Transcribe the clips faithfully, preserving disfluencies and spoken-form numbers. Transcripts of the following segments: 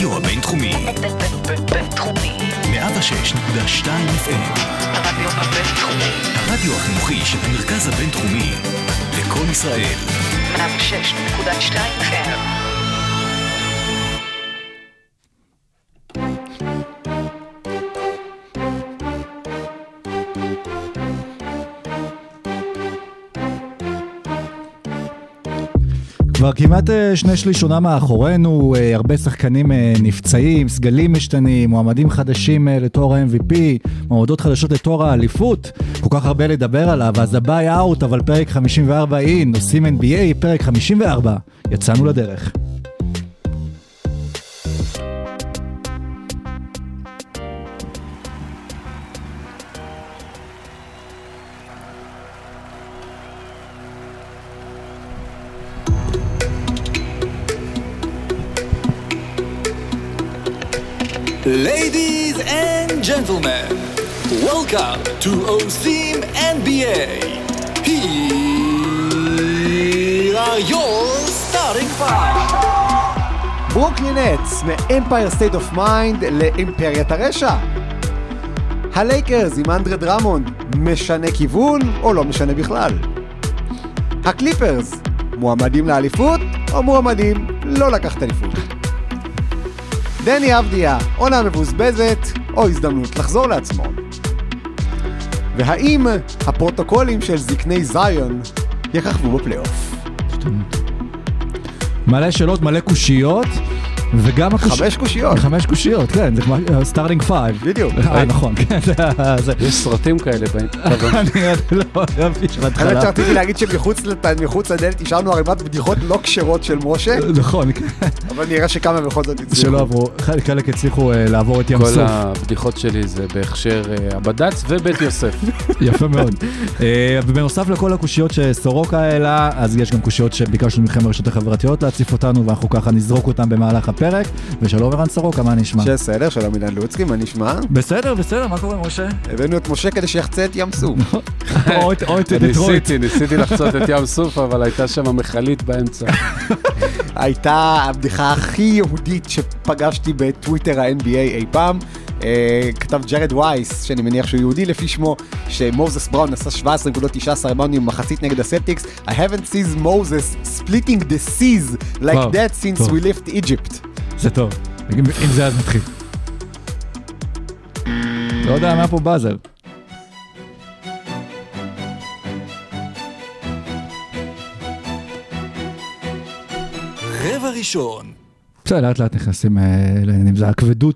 הרדיו הבינתחומי. בינתחומי. מאה ושש נקודה שתיים אף אם. הרדיו הבינתחומי. הרדיו החינוכי של המרכז הבינתחומי. לכל ישראל. מאה ושש נקודה שתיים אף אם. כבר כמעט שני שליש עונה מאחורינו, הרבה שחקנים נפצעים, סגלים משתנים, מועמדים חדשים לתואר ה-אם וי פי, מועמדות חדשות לתואר האליפות, כל כך הרבה לדבר עליו, אז הביי אאוט, אבל פרק חמישים וארבע אין, נושאים אן בי איי, פרק חמישים וארבע, יצאנו לדרך. Ladies and gentlemen, welcome to OSIM אן בי איי. Here are your starting five. ברוקלין נטס, מאמפייר סטייט אוף מיינד לאימפריית הרשע. הלייקרס עם אנדרה דרמונד, משנה כיוון או לא משנה בכלל. הקליפרס, מועמדים לאליפות או מועמדים לא לקחת אליפות. דני אבדיה, עונה מבוזבזת או הזדמנות לחזור לעצמו. והאם הפרוטוקולים של זקני זיון יככבו בפלייאוף? מלא שאלות, מלא קושיות, וגם חמש קושיות. חמש קושיות, כן, זה כמו סטארטינג פייב. בדיוק. אה, נכון, כן. יש סרטים כאלה. אני לא אוהב של התחלה. האמת שרציתי להגיד שמחוץ לדלת השארנו ערימת בדיחות לא קשרות של משה. נכון. אבל נראה שכמה בכל זאת הצליחו. שלא עברו, חלק הצליחו לעבור את ים סוף. כל הבדיחות שלי זה בהכשר הבד"ץ ובית יוסף. יפה מאוד. ובנוסף לכל הקושיות שסורוקה העלה, אז יש גם קושיות שביקשנו מכם ברשתות החברתיות להציף אותנו, ואנחנו ככה נזרוק אותם במהלך הפרק. ושלום ערן סורוקה, מה נשמע? בסדר, שלום אילן לוצקי, מה נשמע? בסדר, בסדר, מה קורה משה? הבאנו את משה כדי שיחצה את ים סוף. או את דטרויט. ניסיתי, ניסיתי לחצות את ים סוף, אבל הייתה שם מחלית באמצע. הייתה הבדיחה הכי יהודית שפגשתי בטוויטר ה-אן בי איי אי פעם. כתב ג'רד וייס, שאני מניח שהוא יהודי לפי שמו, שמוזס בראון עשה שבע עשרה נקודה תשע עשרה ריבאונדים מחצית נגד הסלטיקס. I haven't seen Moses splitting the seas like that since we left Egypt. זה טוב, אם זה אז מתחיל. לא יודע מה פה באזר. רבע ראשון. בסדר, לאט לאט נכנסים לעניינים, זה הכבדות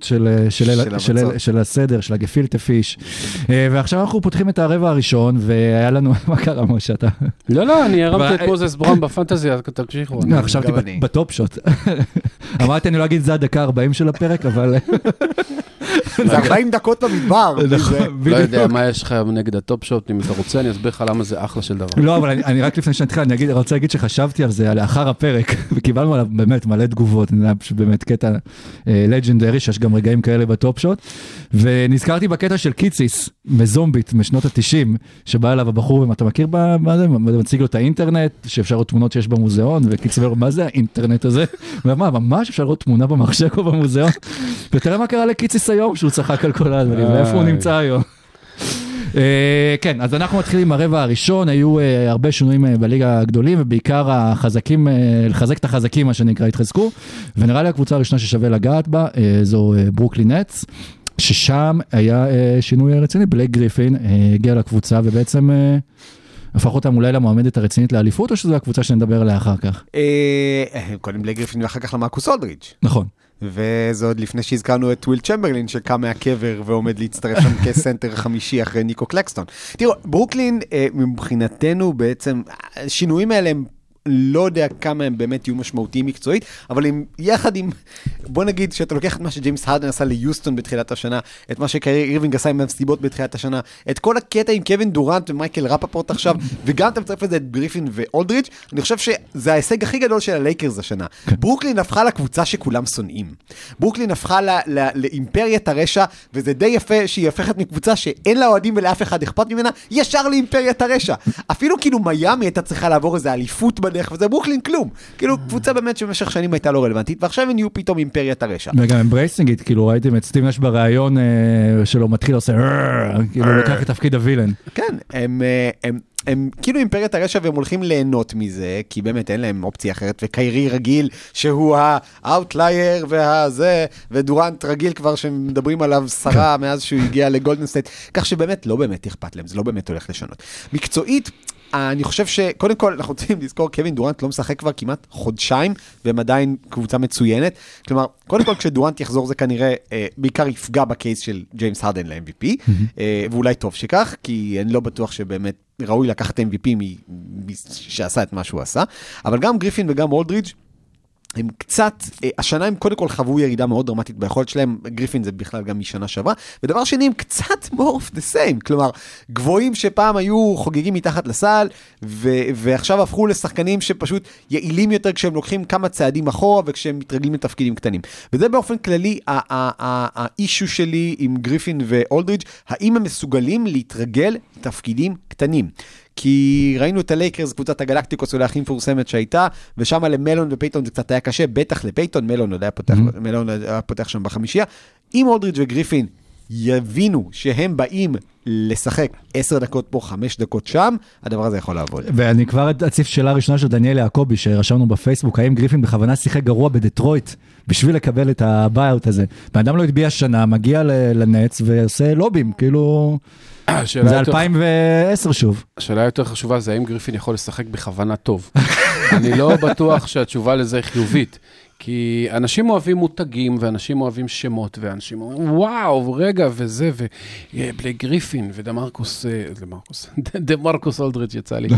של הסדר, של הגפילטה פיש. ועכשיו אנחנו פותחים את הרבע הראשון, והיה לנו, מה קרה משה אתה? לא, לא, אני הרמתי את מוזס בראון בפנטזיה, אז תמשיכו. חשבתי בטופ שוט. אמרתי, אני לא אגיד, זה הדקה ארבעים של הפרק, אבל... זה ארבעים דקות במדבר. לא יודע מה יש לך נגד הטופ שוט, אם אתה רוצה, אני אסביר לך למה זה אחלה של דבר. לא, אבל אני רק לפני שנתחיל, אני רוצה להגיד שחשבתי על זה לאחר הפרק, וקיבלנו עליו באמת מלא תגובות, זה היה פשוט באמת קטע לג'נדרי, שיש גם רגעים כאלה בטופ שוט, ונזכרתי בקטע של קיציס, מזומבית, משנות ה-תשעים, שבא אליו הבחור, אם אתה מכיר מה זה, מציג לו את האינטרנט, שאפשר לראות תמונות שיש במוזיאון, וקיציס אומר, מה זה האינטרנט הזה? ומה, ממש אפשר לראות תמונה במחשב או במוזיאון? ותראה מה קרה לקיציס היום, שהוא צחק על כל הדברים, ואיפה הוא נמצא היום. כן, אז אנחנו מתחילים עם הרבע הראשון, היו הרבה שינויים בליגה הגדולים, ובעיקר החזקים, לחזק את החזקים, מה שנקרא, התחזקו, ונראה לי הקבוצה הראשונה ששווה לגעת בה, זו ברוקלין נטס, ששם היה שינוי רציני, בלייק גריפין הגיע לקבוצה, ובעצם הפך אותם אולי למועמדת הרצינית לאליפות, או שזו הקבוצה שנדבר עליה אחר כך? קודם בלייק גריפין ואחר כך למרקוס אולדריץ'. נכון. וזה עוד לפני שהזכרנו את וויל צ'מברלין שקם מהקבר ועומד להצטרף שם כסנטר חמישי אחרי ניקו קלקסטון. תראו, ברוקלין מבחינתנו בעצם, השינויים האלה הם לא יודע כמה הם באמת יהיו משמעותיים מקצועית, אבל אם, יחד עם, בוא נגיד שאתה לוקח את מה שג'יימס הרדן עשה ליוסטון בתחילת השנה, את מה שקרי אירווינג עשה עם המסיבות בתחילת השנה, את כל הקטע עם קווין דורנט ומייקל רפפורט עכשיו, וגם אתה מצטרף לזה את גריפין ואולדריץ', אני חושב שזה ההישג הכי גדול של הלייקרס השנה. ברוקלין הפכה לקבוצה שכולם שונאים. ברוקלין הפכה ל- ל- לאימפריית הרשע, וזה די יפה שהיא הופכת מקבוצה שאין לה אוהדים ולאף אחד אכפת ממנה, ישר לאימפריית הרשע. אפילו כאילו מיאמי הייתה צריכה לעבור איזה אליפות בדרך, וזה ברוקלין כלום. כאילו, קבוצה באמת שבמשך שנים הייתה לא רלוונטית, ועכשיו הם נהיו פתאום אימפריית הרשע. וגם אמברייסינג איט, כאילו ראיתם את סטיב נש בריאיון שלו מתחיל עושה, כאילו לקח את תפקיד הווילן. כן, הם... הם כאילו אימפריית הרשע והם הולכים ליהנות מזה, כי באמת אין להם אופציה אחרת, וקיירי רגיל שהוא האוטלייר והזה, ודורנט רגיל כבר שמדברים עליו שרה מאז שהוא הגיע לגולדן סטייט, כך שבאמת לא באמת אכפת להם, זה לא באמת הולך לשנות. מקצועית, אני חושב שקודם כל אנחנו רוצים לזכור, קווין דורנט לא משחק כבר כמעט חודשיים, והם עדיין קבוצה מצוינת, כלומר, קודם כל כשדורנט יחזור זה כנראה אה, בעיקר יפגע בקייס של ג'יימס הרדן ל-אם וי פי, אה, ואולי טוב שכך, כי אני לא בטוח שבאמת ראוי לקחת אם וי פי מ- מ- שעשה את מה שהוא עשה, אבל גם גריפין וגם אולדרידג' הם קצת, השנה הם קודם כל חוו ירידה מאוד דרמטית ביכולת שלהם, גריפין זה בכלל גם משנה שעברה, ודבר שני הם קצת more of the same, כלומר, גבוהים שפעם היו חוגגים מתחת לסל, ו- ועכשיו הפכו לשחקנים שפשוט יעילים יותר כשהם לוקחים כמה צעדים אחורה, וכשהם מתרגלים לתפקידים קטנים. וזה באופן כללי, האישו שלי עם גריפין ואולדרידג', האם הם מסוגלים להתרגל לתפקידים קטנים. כי ראינו את הלייקרס, קבוצת הגלקטיקוס אולי הכי מפורסמת שהייתה, ושם למלון ופייטון זה קצת היה קשה, בטח לפייטון, מלון עוד היה פותח, mm-hmm. מלון היה פותח שם בחמישייה. אם אולדרידג' וגריפין יבינו שהם באים לשחק עשר דקות פה, חמש דקות שם, הדבר הזה יכול לעבוד. ואני כבר אציף שאלה ראשונה של דניאל יעקובי, שרשמנו בפייסבוק, האם גריפין בכוונה שיחק גרוע בדטרויט, בשביל לקבל את הבאיוט הזה. באדם לא התביע שנה, מגיע לנץ ועושה לובים, כאילו... זה אלפיים ועשר שוב. השאלה יותר חשובה זה האם גריפין יכול לשחק בכוונה טוב. אני לא בטוח שהתשובה לזה חיובית, כי אנשים אוהבים מותגים, ואנשים אוהבים שמות, ואנשים אומרים, וואו, רגע, וזה, ובלי גריפין, ודמרקוס, דמרקוס, דמרקוס אולדרידג' יצא לי,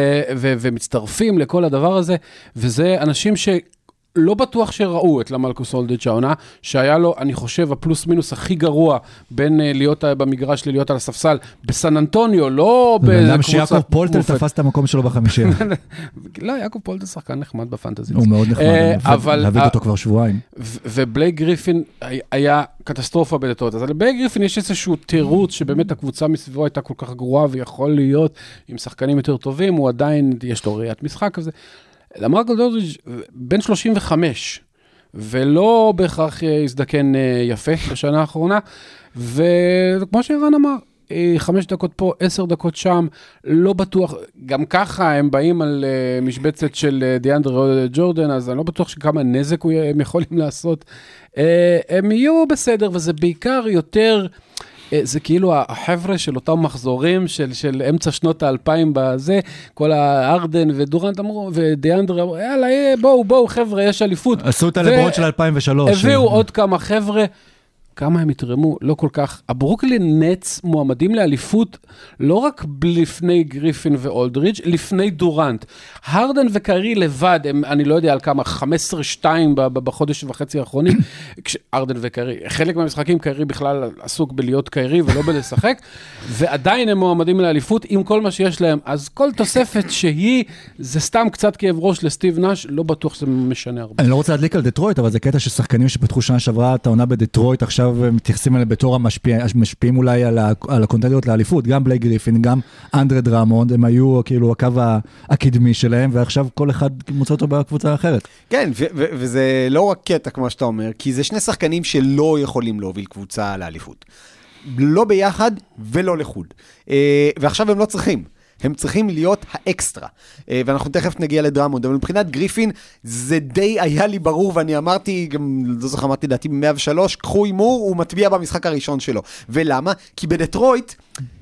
ומצטרפים לכל הדבר הזה, וזה אנשים ש... לא בטוח שראו את למלקוס אולדרידג' העונה, שהיה לו, אני חושב, הפלוס מינוס הכי גרוע בין להיות במגרש ללהיות על הספסל בסן אנטוניו, לא בקבוצה... למה שיעקב פולטר תפס את המקום שלו בחמישים. לא, יעקב פולטר שחקן נחמד בפנטזי. הוא מאוד נחמד, להביא אותו כבר שבועיים. ובלייק גריפין היה קטסטרופה בדטרויט. אז לבלייק גריפין יש איזשהו תירוץ שבאמת הקבוצה מסביבו הייתה כל כך גרועה, ויכול להיות עם שחקנים יותר טובים, הוא עדיין, יש לו ראיית משחק כזה. למרקוס אולדרידג' בן שלושים וחמש, ולא בהכרח הזדקן יפה בשנה האחרונה, וכמו שאירן אמר, חמש דקות פה, עשר דקות שם, לא בטוח, גם ככה הם באים על משבצת של דיאנדרה ג'ורדן, אז אני לא בטוח שכמה נזק הם יכולים לעשות. הם יהיו בסדר, וזה בעיקר יותר... זה כאילו החבר'ה של אותם מחזורים של, של אמצע שנות האלפיים בזה, כל הארדן ודורנט אמרו, ודיאנדרה אמרו, יאללה, בואו, בואו, חבר'ה, יש אליפות. עשו את הלברון של אלפיים ושלוש. הביאו עוד כמה חבר'ה, כמה הם יתרמו, לא כל כך. הברוקלין נטס מועמדים לאליפות, לא רק לפני גריפין ואולדרידג', לפני דורנט. הרדן וקיירי לבד, הם, אני לא יודע על כמה, חמש עשרה שתיים בחודש וחצי האחרונים, הרדן וקיירי, חלק מהמשחקים קיירי בכלל עסוק בלהיות קיירי ולא בלשחק, ועדיין הם מועמדים לאליפות עם כל מה שיש להם. אז כל תוספת שהיא, זה סתם קצת כאב ראש לסטיב נש, לא בטוח שזה משנה הרבה. אני לא רוצה להדליק על דטרויט, אבל זה קטע ששחקנים שפתחו שנה שעברה, את העונה בדטרויט, עכשיו מתייחסים עליהם בתור המשפיעים אולי על הקונטנטיות לאליפות, גם בלייק גריפין, גם אנדרה דרמונד, הם היו כאילו הקו הקדמי שלהם, ועכשיו כל אחד מוצא אותו בקבוצה אחרת. כן, וזה לא רק קטע כמו שאתה אומר, כי זה שני שחקנים שלא יכולים להוביל קבוצה לאליפות. לא ביחד ולא לחוד. ועכשיו הם לא צריכים. הם צריכים להיות האקסטרה. ואנחנו תכף נגיע לדרמונד, אבל מבחינת גריפין, זה די היה לי ברור, ואני אמרתי, גם לא זוכר, אמרתי דעתי ב-מאה ושלוש, קחו אימור, הוא מטביע במשחק הראשון שלו. ולמה? כי בדטרויט,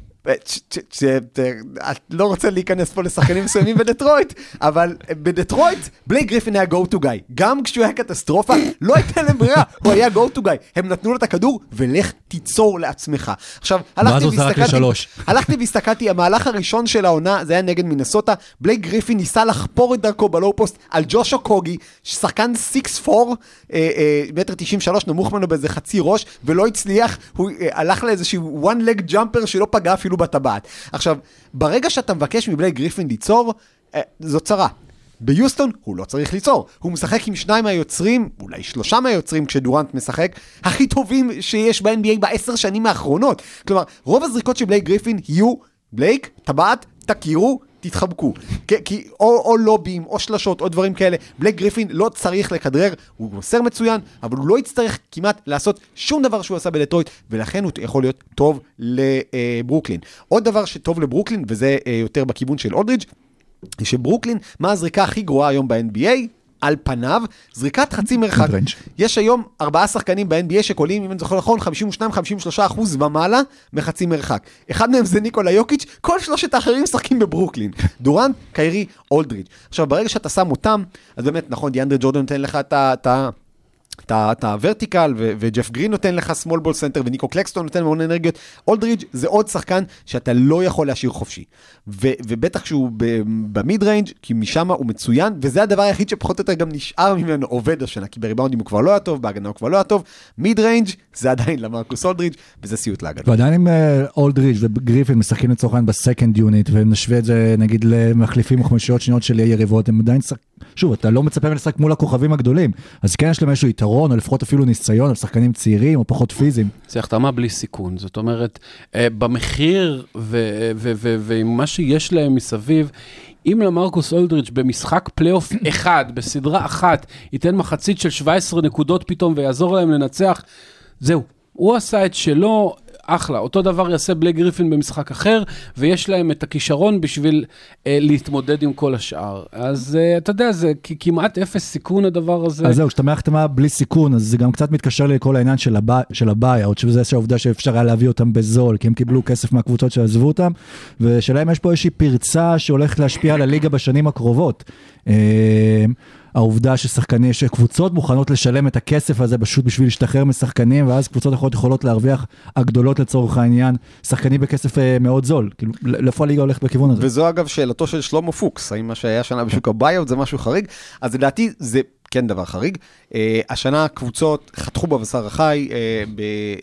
את לא רוצה להיכנס פה לשחקנים מסוימים בדטרויט, אבל בדטרויט, בלייק גריפין היה go to guy. גם כשהוא היה קטסטרופה, לא הייתה להם ברירה, הוא היה go to guy. הם נתנו לו את הכדור, ולך תיצור לעצמך. עכשיו, הלכתי והסתכלתי, המהלך הראשון של העונה, זה היה נגד מינסוטה, בלייק גריפין ניסה לחפור את דרכו בלואו פוסט, על ג'וש אוקוגי, שחקן שש ארבע, מטר תשעים ושלוש, נמוך ממנו באיזה חצי ראש, ולא הצליח, הוא הלך לאיזשהו one leg jumper שלא פגע אפילו בטבעת. עכשיו, ברגע שאתה מבקש מבלייק גריפין ליצור, אה, זו צרה. ביוסטון הוא לא צריך ליצור. הוא משחק עם שניים מהיוצרים, אולי שלושה מהיוצרים כשדורנט משחק, הכי טובים שיש ב-אן בי איי בעשר שנים האחרונות. כלומר, רוב הזריקות של בלייק גריפין יהיו, בלייק, טבעת, תכירו, תתחבקו. כי או, או לובים, או שלשות, או דברים כאלה. בלייק גריפין לא צריך לכדרר, הוא מוסר מצוין, אבל הוא לא יצטרך כמעט לעשות שום דבר שהוא עשה בדטרויט, ולכן הוא יכול להיות טוב לברוקלין. עוד דבר שטוב לברוקלין, וזה יותר בכיוון של אולדרידג', שברוקלין, מה הזריקה הכי גרועה היום ב-אן בי איי? על פניו, זריקת חצי מרחק. יש היום ארבעה שחקנים ב-אן בי איי שקולים, אם אני זוכר נכון, חמישים ושתיים עד חמישים ושלושה אחוז ומעלה מחצי מרחק. אחד מהם זה ניקולה יוקיץ', כל שלושת האחרים משחקים בברוקלין. דורנט, קיירי, אולדרידג'. עכשיו, ברגע שאתה שם אותם, אז באמת, נכון, דיאנדרה ג'ורדן נותן לך את ה... את הוורטיקל, וג'ף גרין נותן לך סמול בול סנטר, וניקו קלקסטון נותן המון אנרגיות. אולדרידג' זה עוד שחקן שאתה לא יכול להשאיר חופשי. ובטח שהוא במיד ריינג', כי משם הוא מצוין, וזה הדבר היחיד שפחות או יותר גם נשאר ממנו עובד השנה, כי בריבאונדים הוא כבר לא היה טוב, בהגנה הוא כבר לא היה טוב. מיד ריינג' זה עדיין למרקוס אולדרידג', וזה סיוט להגנה. ועדיין עם אולדרידג' וגריפין משחקים לצורכן בסקנד יוניט, ונשווה את זה נגיד למחליפים וחמישיות שניות של יריבות, הם עדיין שוב, אתה לא מצפה לשחק מול הכוכבים הגדולים, אז כן יש להם איזשהו יתרון, או לפחות אפילו ניסיון, על שחקנים צעירים, או פחות פיזיים. זה החתמה בלי סיכון, זאת אומרת, במחיר ועם מה שיש להם מסביב, אם למרקוס אולדרידג' במשחק פלייאוף אחד, בסדרה אחת, ייתן מחצית של שבע עשרה נקודות פתאום, ויעזור להם לנצח, זהו, הוא עשה את שלו, אחלה, אותו דבר יעשה בלייק גריפין במשחק אחר, ויש להם את הכישרון בשביל אה, להתמודד עם כל השאר. אז אה, אתה יודע, זה כמעט אפס סיכון הדבר הזה. אז זהו, כשאתה מהחתמה בלי סיכון, אז זה גם קצת מתקשר לכל העניין של, הבא, של הבעיות, שזה העובדה שאפשר היה להביא אותם בזול, כי הם קיבלו כסף מהקבוצות שעזבו אותם, ושלהם יש פה איזושהי פרצה שהולכת להשפיע על הליגה בשנים הקרובות. אה, העובדה ששחקנים, שקבוצות מוכנות לשלם את הכסף הזה פשוט בשביל להשתחרר משחקנים, ואז קבוצות יכולות, יכולות להרוויח הגדולות לצורך העניין, שחקנים בכסף מאוד זול. כאילו, לאיפה הליגה הולך בכיוון הזה? וזו אגב שאלתו של שלמה פוקס, האם מה שהיה שנה בשוק הביוט זה משהו חריג? אז לדעתי זה כן דבר חריג. Uh, השנה קבוצות חתכו בבשר החי uh,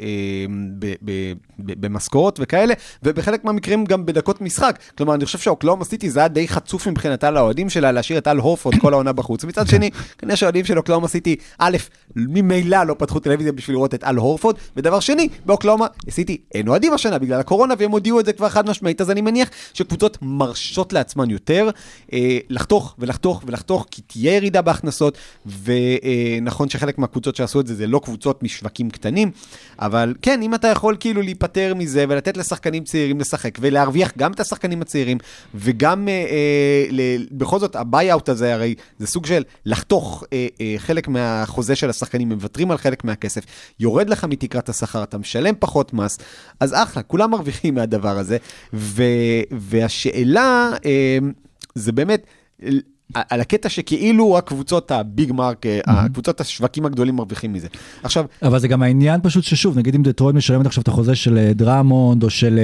במשכורות וכאלה, ובחלק מהמקרים גם בדקות משחק. כלומר, אני חושב שאוקלאומה סיטי זה היה די חצוף מבחינתה לאוהדים שלה, להשאיר את אל הורפורד כל העונה בחוץ. מצד שני, כנראה שהאוהדים של אוקלאומה סיטי, א', ממילא לא פתחו טלוויזיה בשביל לראות את אל הורפורד, ודבר שני, באוקלאומה סיטי אין אוהדים השנה בגלל הקורונה, והם הודיעו את זה כבר חד משמעית, אז אני מניח שקבוצות מרשות לעצמן יותר, uh, לחתוך ולחתוך ולחתוך, כי תהיה ירידה בהכנסות, ונכון שחלק מהקבוצות שעשו את זה, זה לא קבוצות משווקים קטנים, אבל כן, אם אתה יכול כאילו להיפטר מזה, ולתת לשחקנים צעירים לשחק, ולהרוויח גם את השחקנים הצעירים, וגם אה, אה, בכל זאת, הביי-אוט הזה, הרי זה סוג של לחתוך אה, אה, חלק מהחוזה של השחקנים, מבטרים על חלק מהכסף, יורד לך מתקרת השכר, אתה משלם פחות מס, אז אחלה, כולם מרוויחים מהדבר הזה, ו, והשאלה אה, זה באמת, על הקטע שכאילו הקבוצות הביג מרק, הקבוצות השווקים הגדולים מרוויחים מזה. עכשיו... אבל זה גם העניין פשוט ששוב, נגיד אם דטרויט משלמת עכשיו את החוזה של דרמונד, או של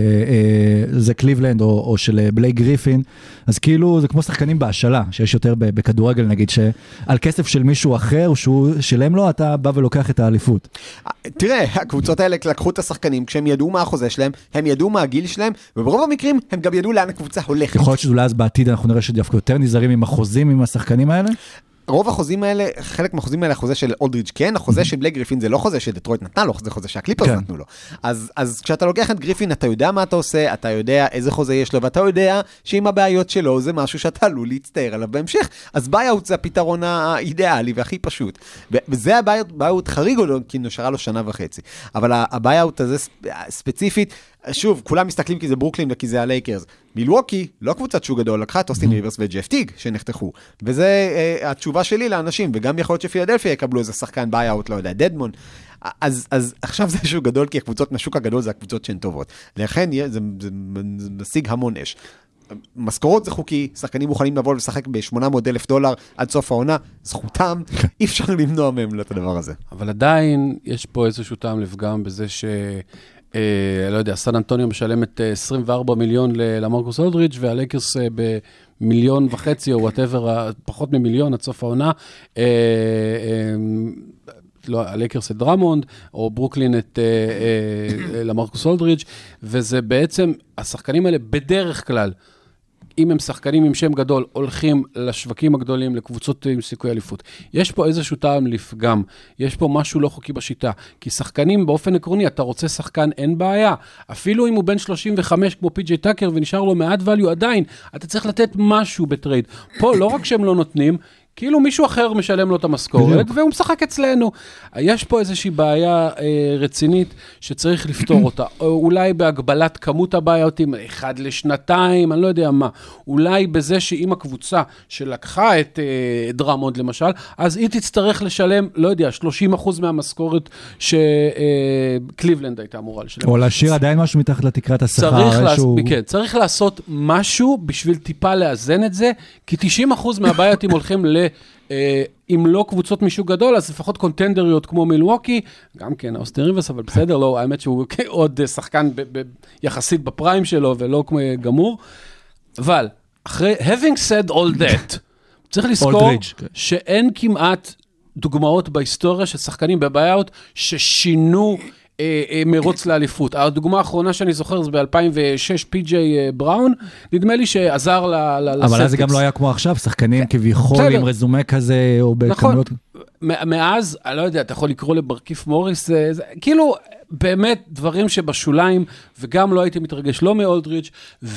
זה קליבלנד, או של בלייק גריפין, אז כאילו זה כמו שחקנים בהשאלה, שיש יותר בכדורגל נגיד, שעל כסף של מישהו אחר, שהוא שלם לו, אתה בא ולוקח את האליפות. תראה, הקבוצות האלה לקחו את השחקנים, כשהם ידעו מה החוזה שלהם, הם ידעו מה הגיל שלהם, וברוב המקרים הם גם ידעו לאן הקבוצה הולכת. יכול להיות שאולי אז בעתיד אנחנו נראה שדווקא יותר נזהרים עם החוזים, עם השחקנים האלה? רוב החוזים האלה, חלק מהחוזים האלה, החוזה של אולדרידג' כן, החוזה של בלייק גריפין זה לא חוזה שדטרויט נתנה לו, זה חוזה שהקליפרס נתנו לו. אז, אז כשאתה לוקח את גריפין, אתה יודע מה אתה עושה, אתה יודע איזה חוזה יש לו, ואתה יודע שעם הבעיות שלו זה משהו שאתה עלול להצטער עליו בהמשך. אז ביי-אוט זה הפתרון האידיאלי והכי פשוט. וזה הביי-אוט חריג או לא, כי נשארה לו שנה וחצי. אבל הביי-אוט הזה ספציפית, שוב, כולם מסתכלים כי זה ברוקלין וכי זה הלייקרס. מילווקי, לא קבוצת שוק גדול, לקחה את אוסטין ריברס וג'ף טיג שנחתכו. וזה אה, התשובה שלי לאנשים, וגם יכול להיות שפילדלפיה יקבלו איזה שחקן ביי-אוט, לא יודע, דדמון. אז, אז עכשיו זה שוק גדול, כי הקבוצות מהשוק הגדול זה הקבוצות שהן טובות. לכן זה, זה, זה, זה משיג המון אש. משכורות זה חוקי, שחקנים מוכנים לבוא ולשחק ב-שמונה מאות אלף דולר עד סוף העונה, זכותם, אי אפשר למנוע מהם את הדבר הזה. אבל עדיין יש פה איזשהו טעם לפגם בזה ש... לא יודע, סן אנטוניו משלמת עשרים וארבעה מיליון למרקוס אולדרידג' והלייקרס במיליון וחצי או whatever, פחות ממיליון עד סוף העונה, לא, הלייקרס את דרמונד, או ברוקלין את למרקוס אולדרידג', וזה בעצם, השחקנים האלה בדרך כלל, אם הם שחקנים עם שם גדול, הולכים לשווקים הגדולים, לקבוצות עם סיכוי אליפות. יש פה איזשהו טעם לפגם, יש פה משהו לא חוקי בשיטה, כי שחקנים באופן עקרוני, אתה רוצה שחקן, אין בעיה. אפילו אם הוא בן שלושים וחמש כמו פי ג'יי טאקר ונשאר לו מעט value עדיין, אתה צריך לתת משהו בטרייד. פה לא רק שהם לא נותנים, כאילו מישהו אחר משלם לו את המשכורת, והוא משחק אצלנו. יש פה איזושהי בעיה אה, רצינית שצריך לפתור אותה. או אולי בהגבלת כמות הבעיותים, אחד לשנתיים, אני לא יודע מה. אולי בזה שאם הקבוצה שלקחה את אה, דרמונד למשל, אז היא תצטרך לשלם, לא יודע, שלושים אחוז מהמשכורת שקליבלנד אה, הייתה אמורה לשלם. או להשאיר עדיין משהו מתחת לתקרת השכר. צריך, איזשהו... לעש... כן, צריך לעשות משהו בשביל טיפה לאזן את זה, כי תשעים אחוז מהבעיותים הולכים ל... אם לא קבוצות מישהו גדול, אז לפחות קונטנדריות כמו מילווקי, גם כן, אוסטין ריברס, אבל בסדר, לא, האמת שהוא עוד שחקן ב- ב- יחסית בפריים שלו, ולא כמו גמור. אבל, אחרי, having said all that, צריך לזכור שאין כמעט דוגמאות בהיסטוריה של שחקנים בבעיות ששינו מרוץ לאליפות. הדוגמה האחרונה שאני זוכר זה ב-אלפיים ושש פי ג'יי בראון, נדמה לי שעזר לסלטיקס. אבל אז זה גם לא היה כמו עכשיו, שחקנים כביכול עם רזומה כזה, או בכמויות... מאז, אני לא יודע, אתה יכול לקרוא לברכיף מוריס, כאילו, באמת דברים שבשוליים, וגם לא הייתי מתרגש, לא מאולדריץ'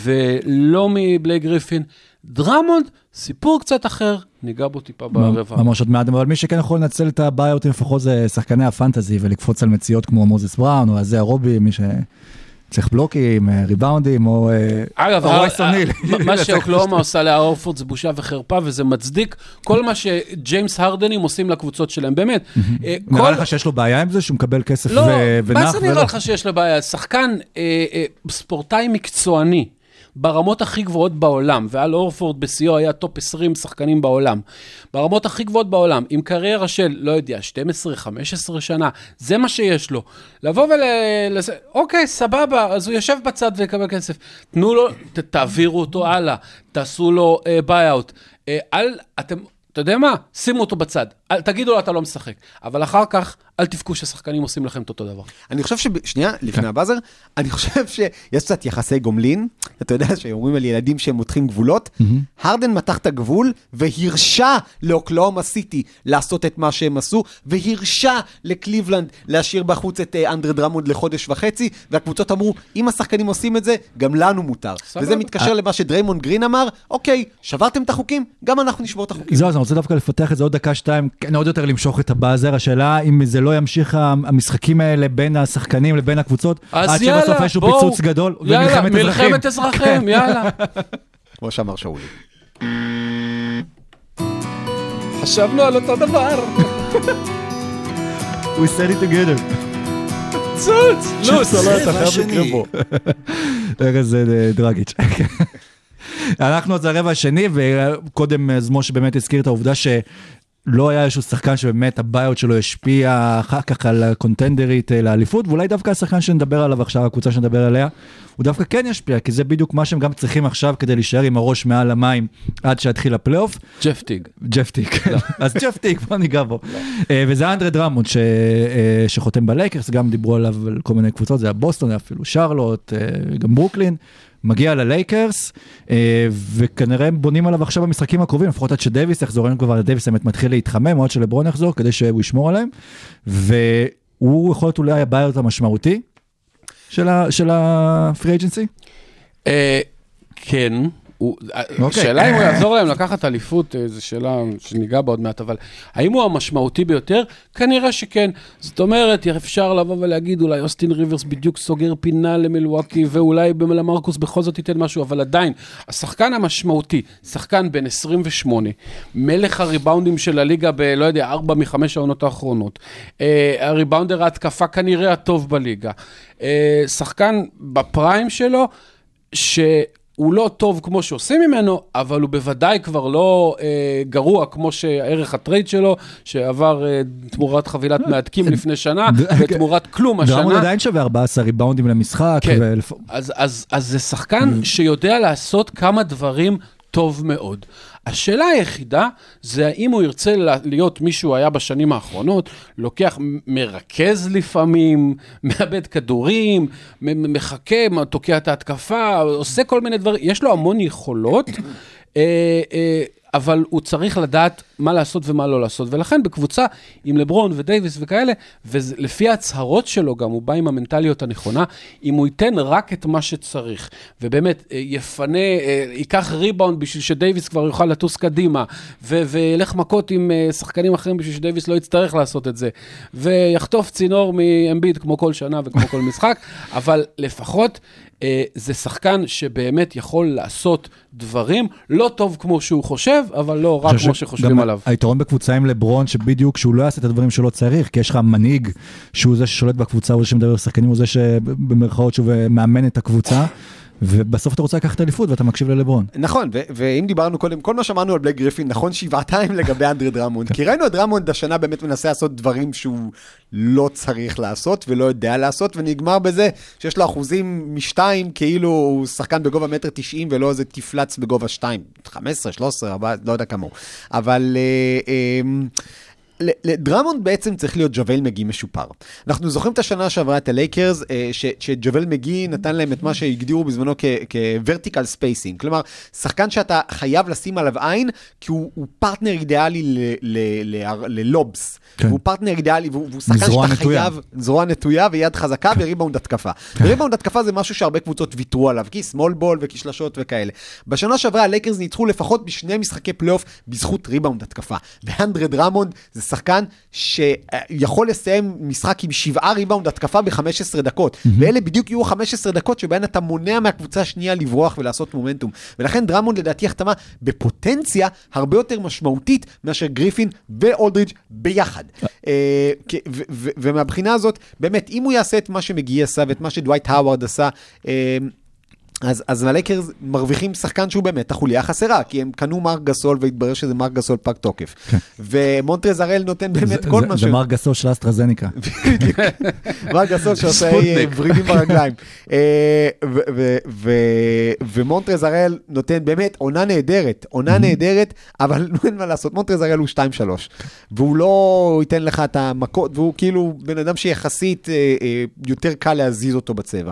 ולא מבלי גריפין. דרמונד, סיפור קצת אחר, ניגע בו טיפה ברבע. ממש עוד מעט, אבל מי שכן יכול לנצל את הבעיות, לפחות זה שחקני הפנטזי, ולקפוץ על מציאות כמו מוזס בראון, או הזה הרובי, מי שצריך בלוקים, ריבאונדים, או רויס אוניל. מה שאוקלאומה עושה לאורפורד זה בושה וחרפה, וזה מצדיק כל מה שג'יימס הרדנים עושים לקבוצות שלהם, באמת. נראה לך שיש לו בעיה עם זה, שהוא מקבל כסף ונח? לא, מה זה נראה לך שיש לו בעיה? שחקן ספורטאי מקצועני, ברמות הכי גבוהות בעולם, ועל אורפורד בסיוע היה טופ עשרים שחקנים בעולם, ברמות הכי גבוהות בעולם, עם קריירה של, לא יודע, שתים עשרה חמש עשרה שנה, זה מה שיש לו. לבוא ול... אוקיי, סבבה, אז הוא יושב בצד ויקבל כסף. תנו לו, ת, תעבירו אותו הלאה, תעשו לו ביי-אוט. אה, אל, אתם... אתה יודע מה? שימו אותו בצד. אל, תגידו לו, אתה לא משחק. אבל אחר כך, אל תפקו ששחקנים עושים לכם את אותו דבר. אני חושב ש... שנייה, לפני הבאזר, אני חושב שיש קצת יחסי גומלין. אתה יודע שאומרים על ילדים שהם מותחים גבולות. הרדן מתח את הגבול, והרשה לאוקלאומה סיטי לעשות את מה שהם עשו, והרשה לקליבלנד להשאיר בחוץ את אנדרי דרמונד לחודש וחצי, והקבוצות אמרו, אם השחקנים עושים את זה, גם לנו מותר. וזה מתקשר למה שדריימונד גרין אמר, אוקיי, שברתם את החוקים, גם אנחנו נשבור את החוקים. זהו, אז אני רוצה דווקא לפתח את זה עוד דקה, שתיים, עוד יותר למשוך את הבאזר. השאלה אם זה לא ימשיך המשחקים האלה בין השחקנים לבין הקבוצות, עד שבסוף יש לו פיצוץ גדול ומלחמת אזרחים. מלחמת אזרחים, יאללה. כמו שאמר שאולי. חשבנו על אותו דבר. We said it together. צוץ, לוס. רבע שני. ארז דרגיץ'. אנחנו עוד זה הרבע השני, וקודם זמו שבאמת הזכיר את העובדה שלא היה איזשהו שחקן שבאמת הבעיות שלו השפיע אחר כך על הקונטנדרית לאליפות, ואולי דווקא השחקן שנדבר עליו עכשיו, הקבוצה שנדבר עליה, הוא דווקא כן ישפיע, כי זה בדיוק מה שהם גם צריכים עכשיו כדי להישאר עם הראש מעל המים עד שהתחיל הפלייאוף. ג'ף טיג. ג'ף טיג, אז ג'ף טיג, בוא ניגע בו. וזה אנדרי דרמונד שחותם בלייקרס, גם דיברו עליו על כל מיני קבוצות, זה היה בוסטון, אפילו שרלוט, גם ברוקלין. מגיע ללייקרס, וכנראה הם בונים עליו עכשיו במשחקים הקרובים, לפחות עד שדייביס יחזור, אין כבר דייביס באמת מתחיל להתחמם, או עד שלברון יחזור, כדי שהוא ישמור עליהם, והוא יכול להיות אולי הבעיה יותר משמעותי של הפרי אג'נסי? כן. שאלה אם הוא יעזור להם לקחת אליפות, זו שאלה שניגע בה עוד מעט, אבל האם הוא המשמעותי ביותר? כנראה שכן. זאת אומרת, אפשר לבוא ולהגיד, אולי אוסטין ריברס בדיוק סוגר פינה למילווקי, ואולי למרקוס בכל זאת ייתן משהו, אבל עדיין, השחקן המשמעותי, שחקן בן עשרים ושמונה, מלך הריבאונדים של הליגה ב, לא יודע, ארבע מחמש העונות האחרונות, הריבאונדר ההתקפה כנראה הטוב בליגה, שחקן בפריים שלו, ש... הוא לא טוב כמו שעושים ממנו, אבל הוא בוודאי כבר לא אה, גרוע כמו שערך הטרייד שלו, שעבר אה, תמורת חבילת מעתקים לפני שנה, ותמורת כלום השנה. דרמונד עדיין שווה ארבעה עשר ריבאונדים למשחק. כן, ולפ... אז, אז, אז זה שחקן שיודע לעשות כמה דברים טוב מאוד. השאלה היחידה זה האם הוא ירצה להיות מישהו היה בשנים האחרונות, לוקח, מרכז לפעמים, מאבד כדורים, מחכה, תוקע את ההתקפה, עושה כל מיני דברים, יש לו המון יכולות, אבל הוא צריך לדעת מה לעשות ומה לא לעשות, ולכן בקבוצה עם לברון ודייביס וכאלה, ולפי ההצהרות שלו גם, הוא בא עם המנטליות הנכונה, אם הוא ייתן רק את מה שצריך, ובאמת יפנה, ייקח ריבאונד בשביל שדייביס כבר יוכל לטוס קדימה, וילך מכות עם שחקנים אחרים בשביל שדייביס לא יצטרך לעשות את זה, ויחטוף צינור מאמביד כמו כל שנה וכמו כל משחק, אבל לפחות זה שחקן שבאמת יכול לעשות דברים, לא טוב כמו שהוא חושב, אבל לא רק כמו שחושבים עליו. היתרון בקבוצה עם לברון, שבדיוק שהוא לא יעשה את הדברים שלא צריך, כי יש לך מנהיג שהוא זה ששולט בקבוצה, הוא זה שמדבר שחקנים, הוא זה שבמרכאות שהוא מאמן את הקבוצה, ובסוף אתה רוצה לקחת אליפות ואתה מקשיב ללברון. נכון, ואם דיברנו קודם, כל מה שמענו על בלייק גריפין, נכון שבעתיים לגבי אנדרי דרמונד, כי ראינו את דרמונד השנה באמת מנסה לעשות דברים שהוא לא צריך לעשות ולא יודע לעשות, ונגמר בזה שיש לו אחוזים משתיים, כאילו הוא שחקן בגובה מטר תשעים ולא איזה תפלץ בגובה שתיים, חמש עשרה, שלוש עשרה, לא יודע כמה הוא. אבל לדרמונד בעצם צריך להיות ג'וול מגי משופר. אנחנו זוכרים את השנה שעברה את הלייקרס, שג'וול מגי נתן להם את מה שהגדירו בזמנו כ-vertical spacing, כלומר, שחקן שאתה חייב לשים עליו עין, כי הוא פרטנר אידיאלי ללובס. הוא פרטנר אידיאלי, והוא שחקן שאתה חייב, זרוע נטויה ויד חזקה וריבאונד התקפה. וריבאונד התקפה זה משהו שהרבה קבוצות ויתרו עליו, כי סמול בול וכשלשות וכאלה. בשנה שעברה הלייקרס ניצחו לפחות בשני משחקי פלייאוף בזכות ריבאונד התקפה. ואנדרי דרמונד זה שחקן שיכול לסיים משחק עם שבעה ריבאונד התקפה ב-חמש עשרה דקות. ואלה בדיוק יהיו חמש עשרה דקות שבהן אתה מונע מהקבוצה השנייה לברוח ולעשות מומנטום. ולכן דרמונד לדעתי החתמה בפוטנציה הרבה יותר משמעותית מאשר גריפין ואולדריץ' ביחד. ומהבחינה הזאת, באמת, אם הוא יעשה את מה שמגי עשה ואת מה שדווייט האווארד עשה, אז, אז הלייקרס מרוויחים שחקן שהוא באמת החוליה חסרה, כי הם קנו מרק גסול והתברר שזה מרק גסול פג תוקף. ומונטרז הראל נותן באמת כל משהו. זה מרק גסול של אסטרזניקה. מרק גסול שעושה ורידים ברגליים. ומונטרז הראל נותן באמת עונה נהדרת, עונה נהדרת, אבל אין מה לעשות, מונטרז הראל הוא שתיים שלוש. והוא לא ייתן לך את המכות, והוא כאילו בן אדם שיחסית יותר קל להזיז אותו בצבע.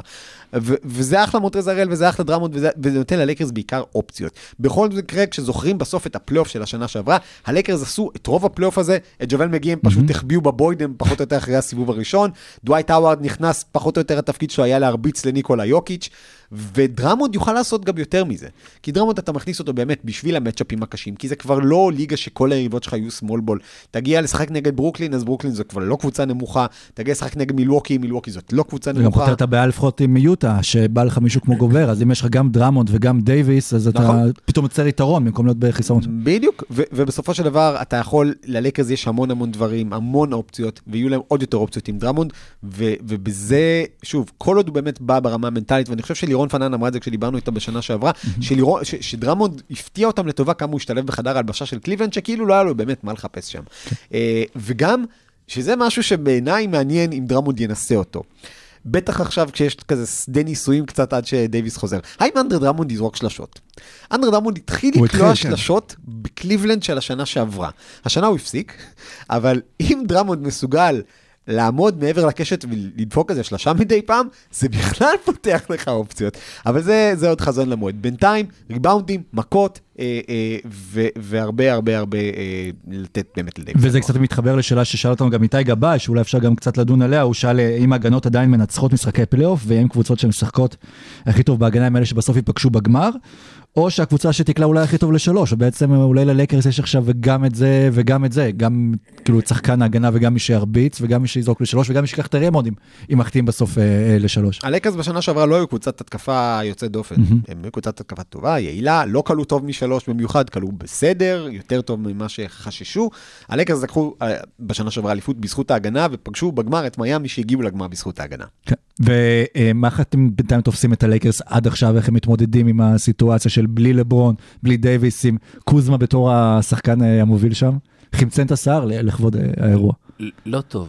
וזה אחלה מונטרז הראל, וזה אחלה דרמונד, וזה נותן ללייקרס בעיקר אופציות. בכל מקרה, כשזוכרים בסוף את הפלייאוף של השנה שעברה, הלייקרס עשו את רוב הפלייאוף הזה, את ג'וול מגי הם פשוט החביאו בבויד, הם פחות או יותר אחרי הסיבוב הראשון, דווייט האווארד נכנס פחות או יותר התפקיד שלו היה להרביץ לניקולה יוקיץ', ודרמונד יוכל לעשות גם יותר מזה. כי דרמונד אתה מכניס אותו באמת בשביל המאצ'אפים הקשים, כי זה כבר לא ליגה שכל היריבות שלך יהיו סמול בול. תגיע לשחק נגד ברוקלין, אז ברוקלין זו כבר לא קבוצה נמוכה. תגיע לשחק נגד מילווקי, מילווקי זאת לא קבוצה נמוכה. וגם פותר את הבעיה לפחות עם מיוטה, שבא לך מישהו כמו גובר, אז אם יש לך גם דרמונד וגם דייביס, אז אתה פתאום יוצר יתרון במקום להיות בחיסרון. בדיוק, ובסופו של דבר אתה יכול, ללייקרס יש המון המון דברים, המון אופציות, ויהיו להם עוד יותר אופציות עם דרמונד, ובזה, שוב, כל עוד הוא באמת בא ברמה המנטלית, ואני חושב שלירון פנן אמרה את זה כשדיברנו איתה בשנה שעברה, שדרמונד הפתיע אותם לטובה כמה הוא השתלב בחדר ההלבשה של קליבלנד, שכאילו לא היה לו באמת מה לחפש שם. וגם, שזה משהו שבעיניי מעניין אם דרמונד ינסה אותו. בטח עכשיו כשיש כזה שדה ניסויים קצת עד שדייביס חוזר. האם אנדרי דרמונד יזרוק שלשות? אנדרי דרמונד התחיל לקלוע שלשות בקליבלנד של השנה שעברה. השנה הוא הפסיק, אבל אם דרמונד מסוגל לעמוד מעבר לקשת ולדפוק כזה שלושה מדי פעם, זה בכלל פותח לך אופציות. אבל זה, זה עוד חזון למועד. בינתיים, ריבאונדים, מכות, אה, אה, ו, והרבה הרבה הרבה אה, לתת באמת לדייב. וזה קצת מתחבר לשאלה ששאל אותנו גם איתי גבאי, שאולי אפשר גם קצת לדון עליה, הוא שאל אם ההגנות עדיין מנצחות משחקי פלייאוף, ואם קבוצות שמשחקות הכי טוב בהגנה הם אלה שבסוף ייפגשו בגמר, או שהקבוצה שתקלה אולי הכי טוב לשלוש, ובעצם אולי ללייקרס יש עכשיו וגם את זה וגם את זה, גם כאילו צחקן ההגנה וגם מי שירביץ, וגם מי שיזרוק לשלוש, וגם מי שיקח את הרמודים, אם מחתים בסוף אה, אה, לשלוש. הלייקרס בשנה שעברה לא היו קבוצת התקפה יוצאת דופן, mm-hmm. הם היו קבוצת התקפה טובה, יעילה, לא קלו טוב משלוש, במיוחד קלו בסדר, יותר טוב ממה שחששו. הלייקרס לקחו אה, בשנה שעברה אליפות בזכות ההגנה, ופגשו בגמר את מיאמי שהגיעו לגמר בזכות ההגנה. כן. ומה אתם בינתיים תופסים את הלייקרס עד עכשיו, איך הם מתמודדים עם הסיטואציה של בלי לברון, בלי דייביס, עם קוזמה בתור השחקן המוביל שם? חמצן את השיער לכבוד האירוע. לא טוב.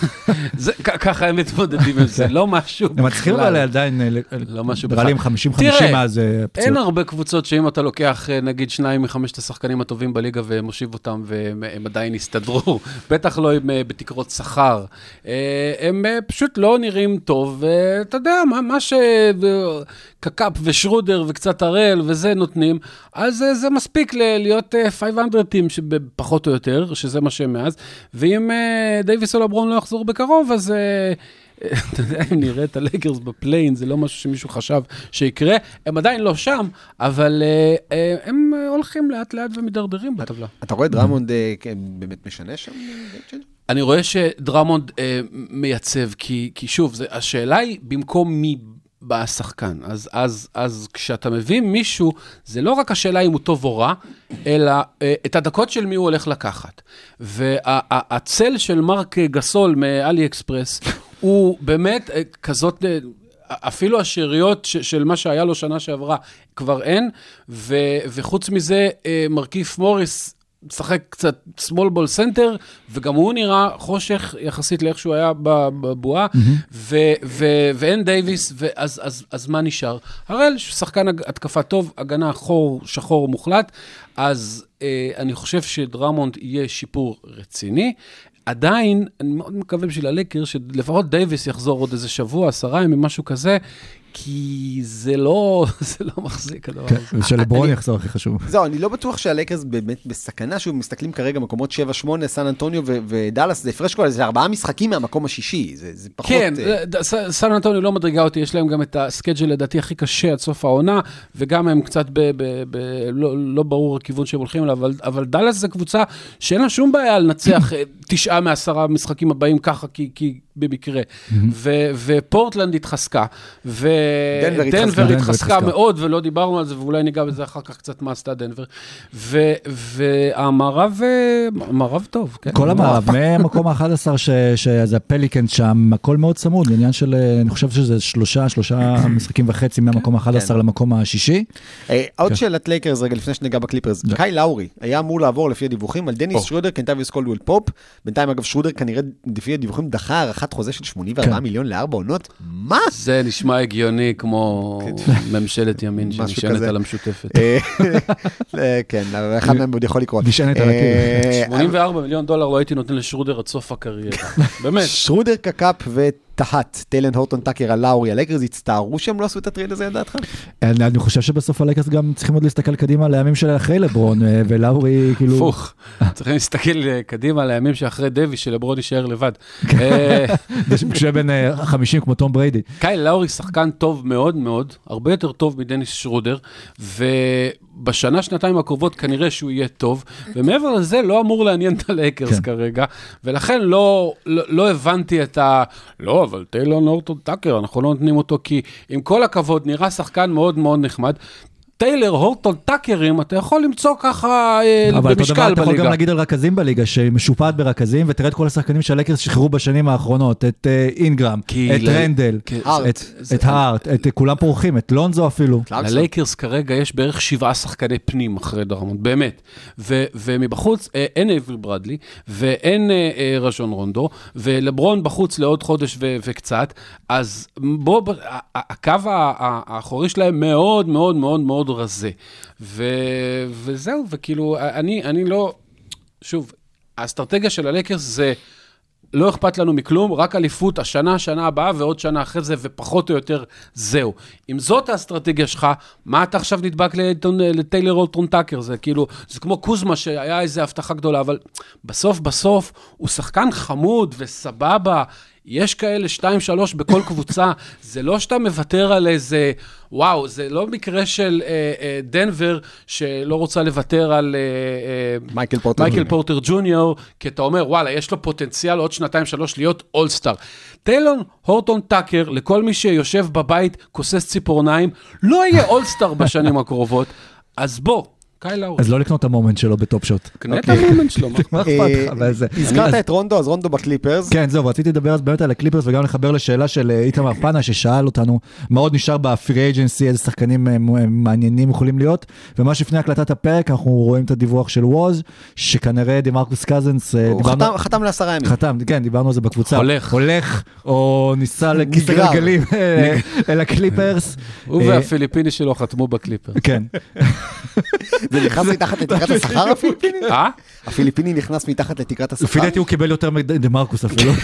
ככה הם מתמודדים עם זה, לא משהו. הם מצליחים אבל עדיין, לא משהו נראה לי עם חמישים חמישים מאז פציעות. אין הרבה קבוצות שאם אתה לוקח, נגיד, שניים מחמשת השחקנים הטובים בליגה ומושיב אותם, והם עדיין הסתדרו, בטח לא בתקרות שכר. הם פשוט לא נראים טוב, ואתה יודע, מה שקקאפ ושרודר וקצת הראל וזה נותנים, אז זה מספיק להיות חמש מאות טים פחות או יותר, שזה מה שהם מאז, ואם דייביס או לברון לא יחזור בקרוב, אז אתה יודע, אם נראה את הלייקרס בפליין, זה לא משהו שמישהו חשב שיקרה, הם עדיין לא שם, אבל הם הולכים לאט לאט ומדרדרים בטבלה. אתה רואה דרמונד באמת משנה שם? אני רואה שדרמונד מייצב, כי שוב, השאלה היא במקום מי בשחקן. אז, אז, אז כשאתה מביא מישהו, זה לא רק השאלה אם הוא טוב או רע, אלא את הדקות של מי הוא הולך לקחת. והצל של מרק גסול מאלי אקספרס, הוא באמת כזאת, אפילו השאריות של מה שהיה לו שנה שעברה, כבר אין, ו, וחוץ מזה, מרקיף מוריס, משחק קצת small ball center, וגם הוא נראה חושך יחסית לאיך שהוא היה בבועה, ואין דייביס, אז מה נשאר? הראל, שחקן התקפה טוב, הגנה חור, שחור מוחלט, אז אני חושב שדרמונד יהיה שיפור רציני, עדיין, אני מאוד מקווה בשביל הלקר, שלפחות דייביס יחזור עוד איזה שבוע, עשרה ימים, משהו כזה, כי זה לא, זה לא מחזיק הדבר הזה. ושלברון יחזור הכי חשוב. זהו, אני לא בטוח שהלייקרס באמת בסכנה, שוב, מסתכלים כרגע מקומות שבע שמונה, סן אנטוניו ודלס, זה הפרש כל, זה ארבעה משחקים מהמקום השישי, זה פחות... כן, סן אנטוניו לא מדרגה אותי, יש להם גם את הסקייג'ל לדעתי הכי קשה עד סוף העונה, וגם הם קצת לא ברור הכיוון שהם הולכים אליו, אבל דלס זה קבוצה שאין לה שום בעיה לנצח תשעה מעשרה משחקים הבאים ככה, כי במקרה. ופורטלנד התחזקה, ודנבר התחזקה מאוד, ולא דיברנו על זה, ואולי ניגע בזה אחר כך קצת מה עשתה דנבר. והמערב, המערב טוב. כל המערב, ממקום ה-אחד עשר שזה הפליקנס שם, הכל מאוד צמוד, לעניין של, אני חושב שזה שלושה, שלושה משחקים וחצי מהמקום ה-אחד עשר למקום השישי. עוד שאלת לייקרס, רגע לפני שניגע בקליפרס, קאי לאורי היה אמור לעבור לפי הדיווחים על דניס שרודר, קנטביוס קולדוול פופ, בינתיים אגב שרודר כנראה לפי הדיווחים דחה הערכת חוזה של שמונים וארבעה מיליון לארבע עונות. מה? זה נשמע הגיוני כמו ממשלת ימין שנשענת על המשותפת. כן, אחד מהם עוד יכול לקרות. נשענת על הקיר. שמונים וארבעה מיליון דולר לא הייתי נותן לשרודר עד סוף הקריירה. באמת. שרודר קקאפ ותחת, טיילן הורטון טאקר על לאורי, הלייקרס הצטערו שהם לא עשו את הטרייד הזה, לדעתך? אני חושב שבסוף הלייקרס גם צריכים עוד להסתכל קדימה לימים של אחרי לברון, ולאורי כאילו... פוך, צריכים להסתכל קדימה לימים שאחרי דווי, שלברון יישאר לבד. כשהיה בין חמישים כמו תום בריידי. קייל לאורי שחקן טוב מאוד מאוד, הרבה יותר טוב מדניס שרודר, ובשנה, שנתיים הקרובות כנראה שהוא יהיה טוב, ומעבר לזה לא אמור לעניין את הלייקרס כרגע, ולכן לא, לא, לא הבנתי את ה... לא, אבל טיילון הורטון טאקר, אנחנו לא נותנים אותו, כי עם כל הכבוד נראה שחקן מאוד מאוד נחמד, טיילר, הורטון, טאקרים, אתה יכול למצוא ככה במשקל בליגה. אבל אותו דבר, אתה יכול גם להגיד על רכזים בליגה, שמשופעת ברכזים, ותראה את כל השחקנים שהלייקרס שחררו בשנים האחרונות, את אינגרם, את רנדל, את הארט, את כולם פורחים, את לונזו אפילו. ללייקרס כרגע יש בערך שבעה שחקני פנים אחרי דרמונד, באמת. ומבחוץ אין אייברי ברדלי, ואין ראשון רונדו, ולברון בחוץ לעוד חודש וקצת, אז בוא, הקו האחורי שלהם מאוד מאוד מאוד מאוד רזה, ו... וזהו, וכאילו, אני, אני לא, שוב, האסטרטגיה של הלייקרס זה, לא אכפת לנו מכלום, רק אליפות השנה, השנה הבאה, ועוד שנה אחרי זה, ופחות או יותר זהו. אם זאת האסטרטגיה שלך, מה אתה עכשיו נדבק לטיילר הורטון טאקר? זה כאילו, זה כמו קוזמה שהיה איזו הבטחה גדולה, אבל בסוף, בסוף, הוא שחקן חמוד וסבבה, יש כאלה שתיים, שלוש בכל קבוצה, זה לא שאתה מוותר על איזה, וואו, זה לא מקרה של אה, אה, דנבר, שלא רוצה לוותר על אה, מייקל פורטר, מייקל פורטר ג'וניור, כי אתה אומר, וואלה, יש לו פוטנציאל עוד שנתיים, שלוש להיות אולסטאר. טיילון הורטון טאקר, לכל מי שיושב בבית, כוסס ציפורניים, לא יהיה אולסטאר בשנים הקרובות, אז בוא, קייל לאורי. אז לא לקנות את המומנט שלו בטופ שוט. קנה את המומנט שלו. מה? מה אכפת לך? אבל זה- הזכרת את רונדו, אז רונדו בקליפרס. כן, זהו, רציתי לדבר אז באמת על הקליפרס וגם לחבר לשאלה של איתמר פנה ששאל אותנו מה עוד נשאר בפרי אג'נסי, איזה שחקנים מעניינים יכולים להיות, ומה שפני הקלטת הפרק אנחנו רואים את הדיווח של ווז, שכנראה דמרקוס קזנס, הוא חתם- חתם לעשרה ימים. חתם, כן, דיברנו על זה בקבוצה. הולך. הולך, או ניסה לכיסא נגרר. גלגלים אה, אל הקליפרס. הוא אה, והפיליפיני שלו חתמו בקליפר. כן. זה נכנס מתחת לתקרת השכר הפיליפיני? אה? הפיליפיני נכנס מתחת לתקרת השכר? לפי דעתי הוא קיבל יותר מדמרקוס אפילו.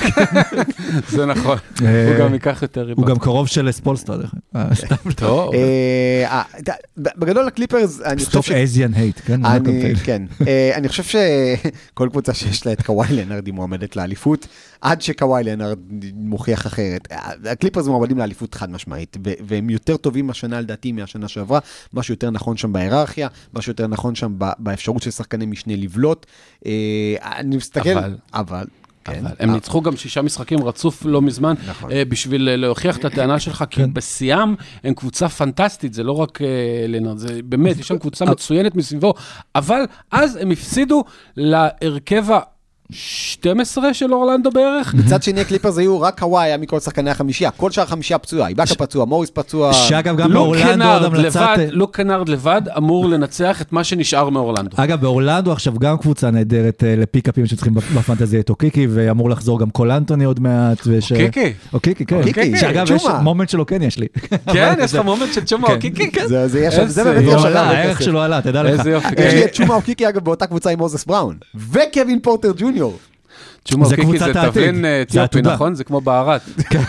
זה נכון. אה, הוא גם ייקח יותר ריבה. הוא גם קרוב של ספולסטרה. דרך אגב. אה, סתם. טוב. אה, אה, בגדול הקליפרס, אני חושב סטופ ש... אזיאן הייט, כן? מה אני, הקמפיין? כן. אה, אני חושב שכל קבוצה שיש לה את קוואי לנארד היא מועמדת לאליפות, עד שקוואי לנארד מוכיח אחרת. הקליפרס מועמדים לאליפות חד משמעית, ו- והם יותר טובים השנה לדעתי מהשנה שעברה, משהו יותר נכון שם בהיררכיה, משהו יותר נכון שם ב- באפשרות של שחקני משנה לבלוט. אה, אני מסתכל... אבל- אבל... כן. אבל הם ניצחו גם שישה משחקים רצוף לא מזמן, נכון. אה, בשביל אה, להוכיח את הטענה שלך, כי בשיאם הם קבוצה פנטסטית, זה לא רק אה, לנרד, זה באמת, יש שם קבוצה מצוינת מסביבו, אבל אז הם הפסידו להרכב ה-שתים עשרה של אורלנדו בערך. מצד שני הקליפרס היו רק קוואי היה מכל שחקני החמישייה, כל שאר החמישייה פצועה, איבאקה פצוע, מוריס פצוע. שאגב גם לוק באורלנדו עוד קנארד המלצת... לבד, לוק קנארד לבד אמור לנצח את מה שנשאר מאורלנדו. אגב, באורלנדו עכשיו גם קבוצה נהדרת אה, לפיקאפים שצריכים בפנטזיה את אוקיקי, ואמור לחזור גם קול אנטוני עוד מעט. וש... אוקיקי? אוקיקי, כן. אוקיקי, שאגב, יש צ'ומה. מומנט שלו כן יש לי. כן, יש לך מומנט של צ'ומה כן. אוקיקי? זה זה יש- איזה זה באמת הוא יש עלה, הרבה הערך כסף. שלו עלה, תדע לך. איזה יופי. יש לי את צ'ומה אוקיקי אגב באותה קבוצה עם מוזס בראון, וקווין פורטר ג'וניור. צ'ומה זה אוקיקי קבוצת זה העתיד. תבין אה, זה אתיופי, עתודה. נכון? זה כמו בערת.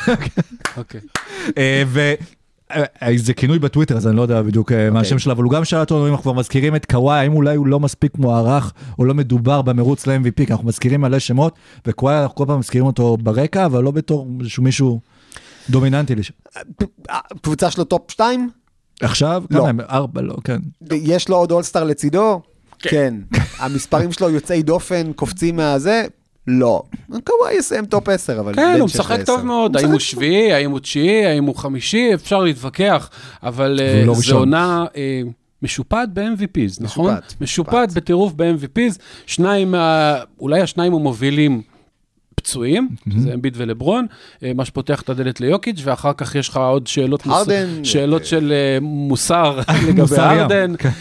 אוקיי. אה, ו... אה, זה כינוי בטוויטר, אז אני לא יודע בדיוק אה, מה השם שלו, אבל הוא גם שאל אותנו אם אנחנו כבר מזכירים את קוואי, האם אולי הוא לא מספיק מוערך, או לא מדובר במרוץ ל-אם וי פי, כי אנחנו מזכירים מלא שמות, וקוואי אנחנו כל פעם מזכירים אותו ברקע, אבל לא בתור איזשהו מישהו דומיננטי. לש- קבוצה שלו טופ שתיים? עכשיו? לא. כמה הם? ארבע, לא, כן. יש לו עוד אולסטאר לצידו? כן. המספרים שלו יוצאי דופן, קופצים מהזה? לא. קוואי יסיים טופ עשר, אבל... כן, בין הוא שש משחק לעשר. טוב מאוד, האם הוא שביעי, האם הוא תשיעי, האם הוא חמישי, אפשר להתווכח, אבל אה, והוא לא זו ראשון. עונה אה, משופעת ב-אם וי פיז, נכון? משופעת, משופעת בטירוף ב-אם וי פיז, שניים, אה, אולי השניים המובילים פצועים, זה אמביד ולברון, אה, מה שפותח את הדלת ליוקיץ', ואחר כך יש לך עוד שאלות, מוס- הרדן, שאלות אה, של אה, מוסר לגבי מוסר ים, הרדן, כן.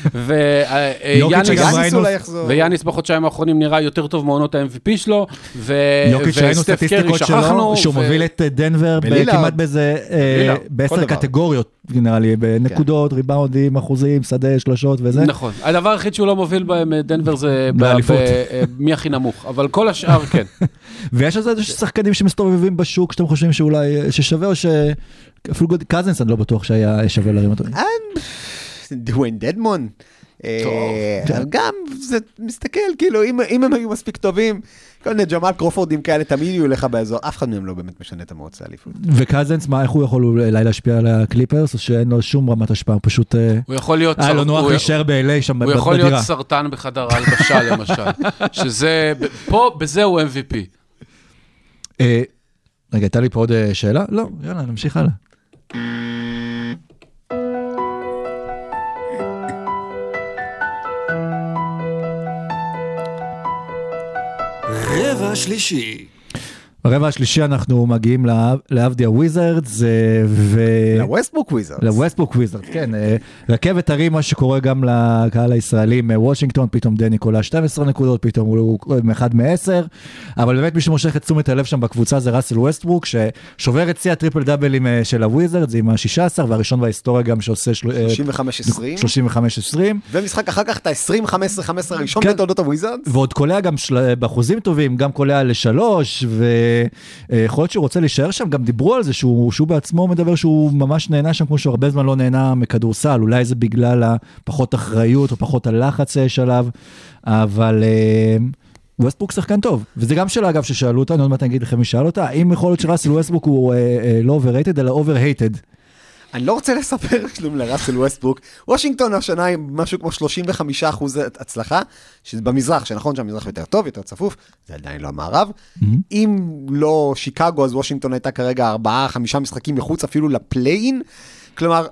ויאניס שגם יאניס ראינו- אולי יחזור. ויאניס בחודשיים האחרונים נראה יותר טוב מעונות ה-אם וי פי שלו, ו- יוקיץ' ראינו וסטף קרי סטטיסטיקות שכחנו, שלו, שהוא ו- מוביל את דנבר בלילארד. כמעט באיזה, אה, בלילארד, כל בעשר דבר. קטגוריות, נראה לי, בנקודות, ריבאונדים, אחוזים, שדה, שלושות וזה. נכון. הדבר היחיד שהוא לא מוביל בהם דנבר זה ב- באליפות. ב- אה, מי הכי נמוך, אבל כל השאר כן. ויש איזה שחקנים שמסתובבים בשוק, שאתם חושבים שאולי, ששווה או ש... אפילו קזנס אני לא בטוח שהיה שווה להרים אותו. דוויין דדמון. אה, טוב. גם זה מסתכל, כאילו, אם- אם הם היו מספיק טובים, כל מיני ג'מאל קרופורדים כאלה תמיד יהיו לך באזור, אף אחד מהם לא באמת משנה את המרוץ לאליפות. וקזנס, מה, איך הוא יכול אולי להשפיע על הקליפרס, או שאין לו שום רמת השפעה, הוא פשוט... אה, הוא יכול להיות היה לו סר- נוח הוא- להישאר ב-אל איי שם הוא יכול להיות בדירה. סרטן בחדר ההלבשה למשל, שזה, ב- פה, בזה הוא אם וי פי. אה, רגע, הייתה לי פה עוד אה, שאלה? לא, יאללה, נמשיך הלאה. רבע שלישי. ברבע השלישי אנחנו מגיעים לאבדיה וויזרדס, ו... לווסטברוק וויזרדס. לווסטברוק וויזרדס, כן. אה, רכבת הרים, מה שקורה גם לקהל הישראלי מוושינגטון, פתאום דני קולה שתים עשרה נקודות, פתאום הוא אחד מ-עשר, אבל באמת מי שמושך את תשומת הלב שם בקבוצה זה ראסל ווסטברוק, ששובר את שיא הטריפל דאבלים אה, של הוויזרדס, עם ה-שישה עשר, והראשון בהיסטוריה גם שעושה של- אה, שלושים וחמש עשרים. שלושים וחמש עשרים. ומשחק אחר כך את ה-עשרים חמש עשרה חמש עשרה הראשון כן. בתולדות הוויזרדס. ועוד קולע גם של... באחוזים טובים, גם קולע לשלוש, ויכול להיות שהוא רוצה להישאר שם, גם דיברו על זה שהוא, שהוא בעצמו מדבר שהוא ממש נהנה שם, כמו שהוא הרבה זמן לא נהנה מכדורסל, אולי זה בגלל הפחות אחריות, או פחות הלחץ שיש עליו, אבל ווסטברוק שחקן טוב, וזה גם שאלה אגב ששאלו אותה, אני עוד מעט אגיד לכם מי שאל אותה, האם יכול להיות שראסל ווסטברוק הוא אה, אה, לא overrated, אלא overhated? אני לא רוצה לספר כלום לראסל ווסטברוק. וושינגטון השנה עם משהו כמו שלושים וחמישה אחוז הצלחה, שזה במזרח, שנכון שהמזרח יותר טוב, יותר צפוף, זה עדיין לא המערב. אם לא שיקגו, אז וושינגטון הייתה כרגע ארבעה, חמישה משחקים מחוץ אפילו לפליין. כלומר,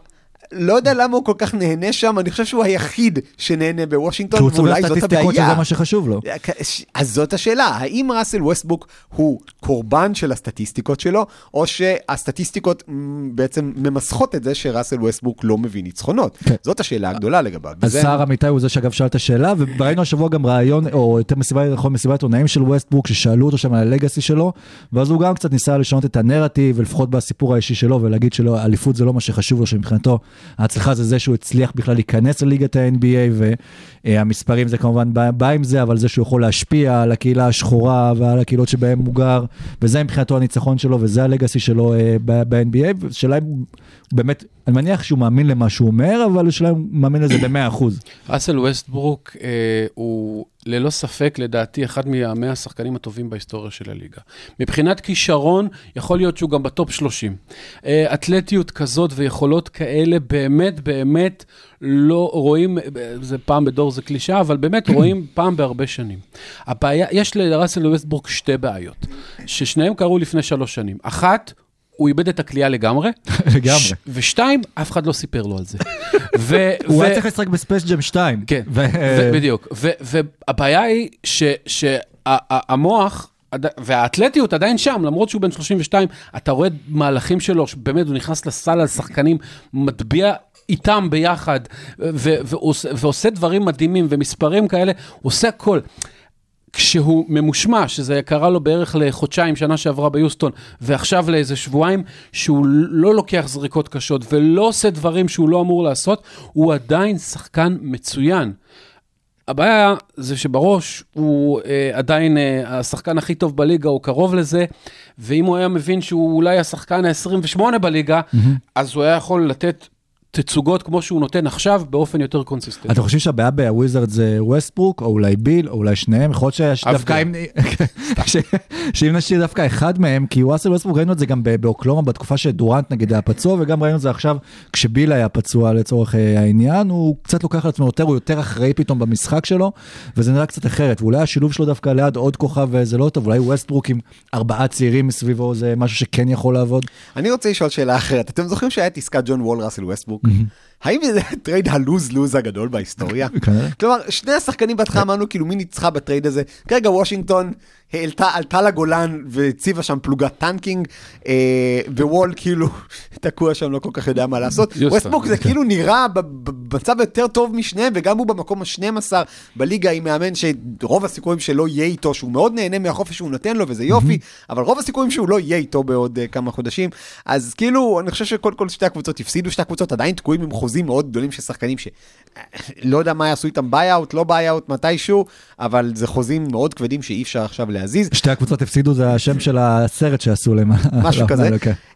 לא יודע למה הוא כל כך נהנה שם, אני חושב שהוא היחיד שנהנה בוושינגטון, כי הוא צובר ואולי זאת סטטיסטיקות הבעיה. שזה מה שחשוב לו. אז זאת השאלה, האם ראסל ווסטברוק הוא קורבן של הסטטיסטיקות שלו, או שהסטטיסטיקות בעצם ממסכות את זה שראסל ווסטברוק לא מביא ניצחונות. זאת השאלה הגדולה לגביו. אז שר אמיתי הוא זה שאגב שאל את השאלה, וראינו השבוע גם רעיון, או יותר מסיבת עונאים של ווסטברוק, ששאלו אותו שם על הלגאסי שלו, ואז הוא גם קצת ניסה לשנות את הנרטיב, ולפחות בסיפור האישי שלו, ולהגיד שלו, אליפות זה לא מה שחשוב לו, שמבחינתו ההצלחה זה זה שהוא הצליח בכלל להיכנס לליגת ה-אן בי איי, והמספרים זה כמובן בא עם זה, אבל זה שהוא יכול להשפיע על הקהילה השחורה, ועל הקהילות שבהם הוא גר, וזה מבחינתו הניצחון שלו, וזה הלגאסי שלו ב-אן בי איי, ושאלה הוא באמת, אני מניח שהוא מאמין למה שהוא אומר, אבל השאלה הוא מאמין לזה ב-מאה אחוז. ראסל ווסטברוק אה, הוא ללא ספק, לדעתי, אחד מהמאה השחקנים הטובים בהיסטוריה של הליגה. מבחינת כישרון, יכול להיות שהוא גם בטופ שלושים. אה, אתלטיות כזאת ויכולות כאלה, באמת, באמת, לא רואים, זה פעם בדור זה קלישה, אבל באמת רואים פעם בהרבה שנים. הבעיה, יש לראסל ווסטברוק שתי בעיות, ששניהם קרו לפני שלוש שנים. אחת, הוא איבד את הכלייה לגמרי. לגמרי. ושתיים, אף אחד לא סיפר לו על זה. הוא היה צריך לשחק בספייס ג'ם שתיים. כן, בדיוק. והבעיה היא שהמוח והאתלטיות עדיין שם, למרות שהוא בן שלושים ושתיים, אתה רואה מהלכים שלו, באמת הוא נכנס לסל על שחקנים, מטביע איתם ביחד, ועושה דברים מדהימים, ומספרים כאלה, הוא עושה הכל. כשהוא ממושמע, שזה קרה לו בערך לחודשיים, שנה שעברה ביוסטון, ועכשיו לאיזה שבועיים, שהוא לא לוקח זריקות קשות, ולא עושה דברים שהוא לא אמור לעשות, הוא עדיין שחקן מצוין. הבעיה זה שבראש הוא אה, עדיין אה, השחקן הכי טוב בליגה, הוא קרוב לזה, ואם הוא היה מבין שהוא אולי השחקן ה-עשרים ושמונה בליגה, mm-hmm. אז הוא היה יכול לתת תצוגות כמו שהוא נותן עכשיו, באופן יותר קונסיסטנטי. אתה חושב שהבעיה בוויזרד זה ווסטברוק, או אולי ביל, או אולי שניהם? יכול להיות שדווקא אם... שאם נשאיר דווקא אחד מהם, כי ראסל ווסטברוק ראינו את זה גם באוקלאומה, בתקופה שדורנט נגיד היה פצוע, וגם ראינו את זה עכשיו, כשביל היה פצוע לצורך העניין, הוא קצת לוקח על עצמו יותר, הוא יותר אחראי פתאום במשחק שלו, וזה נראה קצת אחרת, ואולי השילוב שלו דווקא ליד עוד כוכב, וזה לא טוב, אולי ווסטברוק עם ארבעה צעירים מסביבו, זה משהו שכן יכול לעבוד. אני רוצה לשאול שאלה אחרת. אתם זוכרים שהיה את עסקת ג'ון וול, ראסל ווסטברוק? האם זה הטרייד הלוז-לוז הגדול בהיסטוריה? כלומר, שני השחקנים בהתחלה אמרנו, כאילו, מי ניצחה בטרייד הזה? כרגע וושינגטון העלתה, עלתה לגולן והציבה שם פלוגת טנקינג, ווול כאילו תקוע שם, לא כל כך יודע מה לעשות. ווסטברוק זה כאילו נראה במצב יותר טוב משניהם, וגם הוא במקום ה-שנים עשר בליגה עם מאמן שרוב הסיכויים שלא יהיה איתו, שהוא מאוד נהנה מהחופש שהוא נותן לו, וזה יופי, אבל רוב הסיכויים שהוא לא יהיה איתו בעוד כמה חודשים. אז כאילו, אני חושב שכל כל שתי הקבוצות הפסידו, שתי הקבוצות עדיין תקועים עם חוזים מאוד גדולים של שחקנים שלא יודע מה יעשו איתם ביי-אוט, לא ביי-אוט, מתישהו, אבל זה חוזים מאוד כבדים שאי אפשר עכשיו להזיז. שתי הקבוצות הפסידו, זה השם של הסרט שעשו להם. משהו כזה.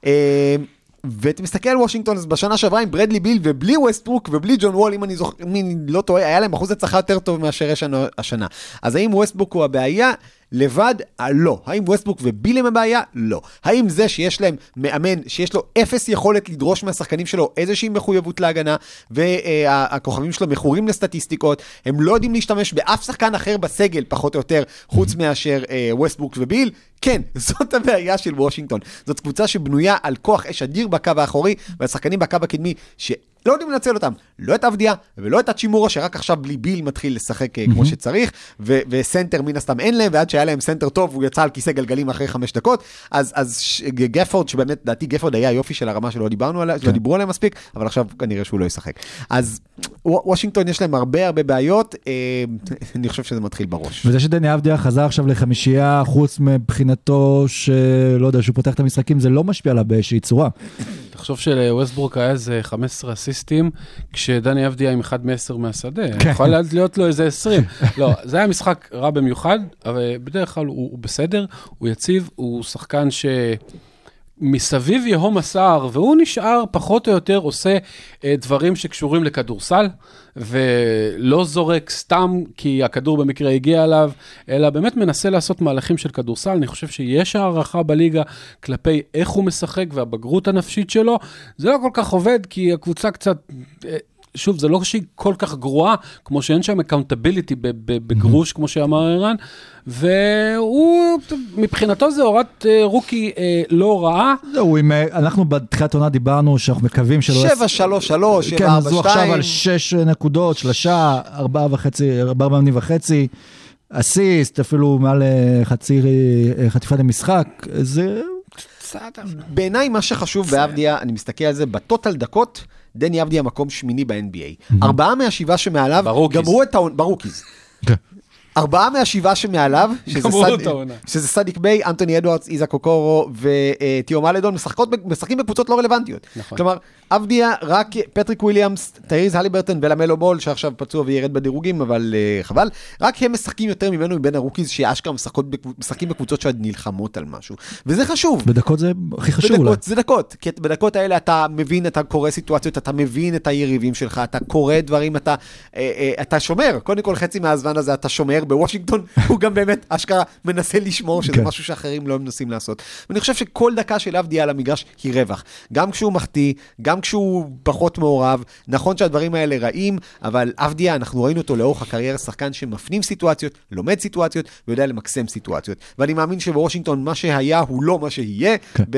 ואתה מסתכל על וושינגטון, אז בשנה שעברה עם ברדלי ביל ובלי ווסטברוק ובלי ג'ון וול, אם אני זוכר, אם לא טועה, היה להם אחוז הצלחה יותר טוב מאשר השנה. אז האם ווסטברוק הוא הבעיה? לבד? לא. האם ווסטברוק וביל הם הבעיה? לא. האם זה שיש להם מאמן, שיש לו אפס יכולת לדרוש מהשחקנים שלו איזושהי מחויבות להגנה, והכוכבים שלו מכורים לסטטיסטיקות, הם לא יודעים להשתמש באף שחקן אחר בסגל, פחות או יותר, חוץ מאשר ווסטברוק וביל? כן, זאת הבעיה של וושינגטון. זאת קבוצה שבנויה על כוח אש אדיר בקו האחורי, והשחקנים בקו הקדמי שלא יודעים לנצל אותם, לא את עבדיה ולא את הצ'ימורה, שרק עכשיו בלי ביל מתחיל לשחק כמו שצריך, וסנטר מן הסתם אין להם, ועד שהיה להם סנטר טוב, הוא יצא על כיסא גלגלים אחרי חמש דקות, אז גפורד, שבאמת דעתי גפורד היה יופי של הרמה שלא דיברנו עליה, לא דיברו עליהם מספיק, אבל עכשיו כנראה שהוא לא ישחק. אז וושינגטון יש להם הרבה הרבה בעיות, אני חושב שזה מתחיל בראש. וזה שדני עבדיה חזר עכשיו לחמישייה, חוץ מבחינתו שלא יודע, שהוא פותח את המשחקים, זה לא משפיע עליו באיזושהי צורה. תחשוב שלווסטברוק היה איזה חמש עשרה אסיסטים, כשדני עבדיה עם אחד מעשר מהשדה. יכול להיות לו איזה עשרים. לא, זה היה משחק רע במיוחד, אבל בדרך כלל הוא בסדר, הוא יציב, הוא שחקן שמסביב יהום הסער, והוא נשאר פחות או יותר עושה דברים שקשורים לכדורסל, ולא זורק סתם כי הכדור במקרה הגיע עליו, אלא באמת מנסה לעשות מהלכים של כדורסל. אני חושב שיש הערכה בליגה כלפי איך הוא משחק והבגרות הנפשית שלו. זה לא כל כך עובד כי הקבוצה קצת שוב, זה לא שהיא כל כך גרועה, כמו שאין שם accountability בגרוש, כמו שאמר ערן, והוא, מבחינתו זה הורת רוקי לא רעה. זהו, אנחנו בתחילת עונה דיברנו שאנחנו מקווים שלא... שבע, שלוש, שלוש, שבע, ארבע, שתיים. כן, זו עכשיו על שש נקודות, שלושה, ארבעה וחצי, ארבעה מאמנים וחצי, אסיסט, אפילו מעל חצי חטיפה למשחק, זה... בעיניי מה שחשוב באבדיה, אני מסתכל על זה, בטוטל דקות, דני אבדיה מקום שמיני ב-אן בי איי. ארבעה מהשבעה שמעליו, גמרו את העונה, ברוקיז. ארבעה מהשבעה שמעליו, שזה סדיק ביי, אנטוני אדוארדס, איזק אוקורו וטיו מלדון, משחקים בקבוצות לא רלוונטיות. כלומר, אבדיה, רק פטריק וויליאמס, טייריז הליברטון ולמלו בול, שעכשיו פצוע וירד בדירוגים, אבל חבל, רק הם משחקים יותר ממנו מבין הרוקיז, שאשכרה משחקים בקבוצות שעד נלחמות על משהו. וזה חשוב. בדקות זה הכי חשוב. בדקות, זה דקות. כי בדקות האלה אתה מבין, אתה קורא סיטואציות, אתה מבין את היריבים שלך, אתה קורא דברים, אתה, אתה שומר. קודם כל, חצי מהזמן הזה אתה שומר. בוושינגטון הוא גם באמת אשכרה מנסה לשמור, שזה משהו שאחרים לא מנסים לעשות. ואני חושב שכל דקה של אבדיה על המגרש היא רווח. גם כשהוא מחטיא, גם כשהוא פחות מעורב. נכון שהדברים האלה רעים, אבל אבדיה, אנחנו ראינו אותו לאורך הקריירה, שחקן שמפנים סיטואציות, לומד סיטואציות, ויודע למקסם סיטואציות. ואני מאמין שבוושינגטון מה שהיה הוא לא מה שיהיה,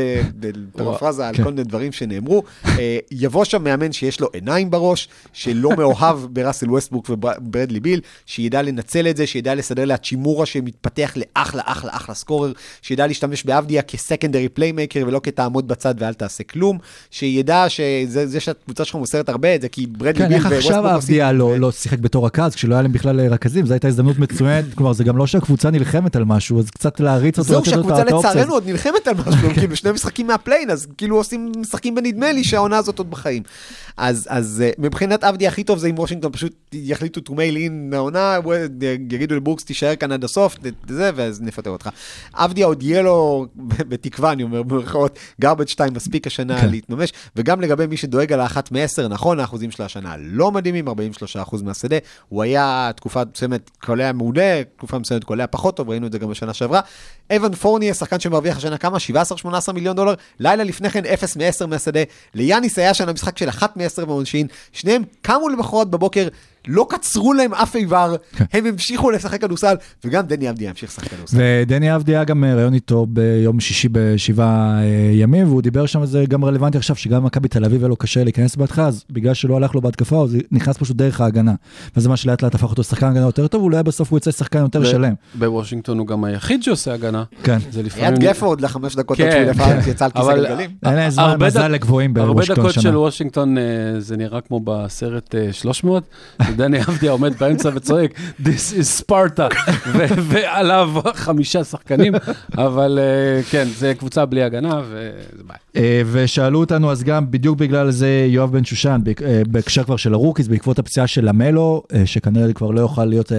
בפרפרזה על כל מיני דברים שנאמרו. יבוא שם מאמן שיש לו עיניים בראש, שלא מאוהב בראסל ווסטברוק וברדלי ביל, שידע לנצל את זה, שידע לסדר לה צ'ימורה שמתפתח לאחלה, אחלה, אחלה סקורר, שידע להשתמש באבדיה כסקנדרי פליימייקר, ולא כתעמוד בצד ואל תעשה כלום, שידע שזה שהקבוצה שלך מוסרת הרבה את זה, כי ברדלי ביל וווסטברוק עושים... כן, איך עכשיו אבדיה לא שיחק בתור רכז, כשלא היה להם בכלל רכזים, זו הייתה הזדמנות מצוינת, כלומר, זה גם לא שהקבוצה נלחמת על משהו, אז קצת להריץ אותו. זהו, שהקבוצה לצערנו עוד נלחמת על משהו, כאילו שני משחקים מהפליין, אז כאילו עושים משחקים בנדמה לי שהעונה הזאת עוד בחיים. אז, אז מבחינת אבדיה הכי טוב זה אם וושינגטון פשוט יחליטו to mail in העונה, יגידו לבורקס תישאר כאן עד הסוף, זה, ואז נפטר אותך. אבדיה עוד יהיה לו, בתקווה אני אומר, במרכאות, גרבג' שתיים מספיק השנה להתממש, וגם לגבי מי שדואג על האחת מעשר, נכון, האחוזים של השנה לא מדהימים, ארבעים ושלושה אחוז מהשדה, הוא היה תקופה מסוימת קולע מעולה, תקופה מסוימת קולע פחות טוב, ראינו את זה גם בשנה שעברה. אבן פורני, שחקן שמרוויח השנה כמה? שבע עשרה שמונה עשרה מיליון דולר, לילה לפני כן אפס מעשר מהשדה, ליאניס היה שנה משחק של אחת מעשר מעונשין, שניהם קמו למחרת בבוקר, לא קצרו להם אף איבר, הם המשיכו לשחק כדורסל, וגם דני אבדיה המשיך לשחק כדורסל. ודני אבדיה גם ראיון איתו ביום שישי בשבעה ימים, והוא דיבר שם, זה גם רלוונטי עכשיו, שגם מכבי תל אביב היה לו קשה להיכנס בהתחלה, אז בגלל שלא הלך לו בהתקפה, הוא נכנס פשוט דרך ההגנה. וזה מה שלאט לאט הפך אותו שחקן הגנה יותר טוב, ואולי בסוף הוא יצא שחקן יותר שלם. בוושינגטון הוא גם היחיד שעושה הגנה. כן. יד גפורד לחמש דקות עד שהוא לפעמים שיצא על כיסא גלגלים. אין להם זמן מזל לגבוהים בוושינגטון הרבה דקות של וושינגטון זה נראה כמו בסרט שלוש מאות, דני אבדיה עומד באמצע וצועק, This is Sparta, ועליו חמישה שחקנים, אבל כן, זה קבוצה בלי הגנה, וזה בעיה. ושאלו אותנו אז גם, בדיוק בגלל זה, יואב בן שושן, בהקשר כבר של הרוקיס, בעקבות הפציעה של למלו, שכנראה כבר לא יוכל להיות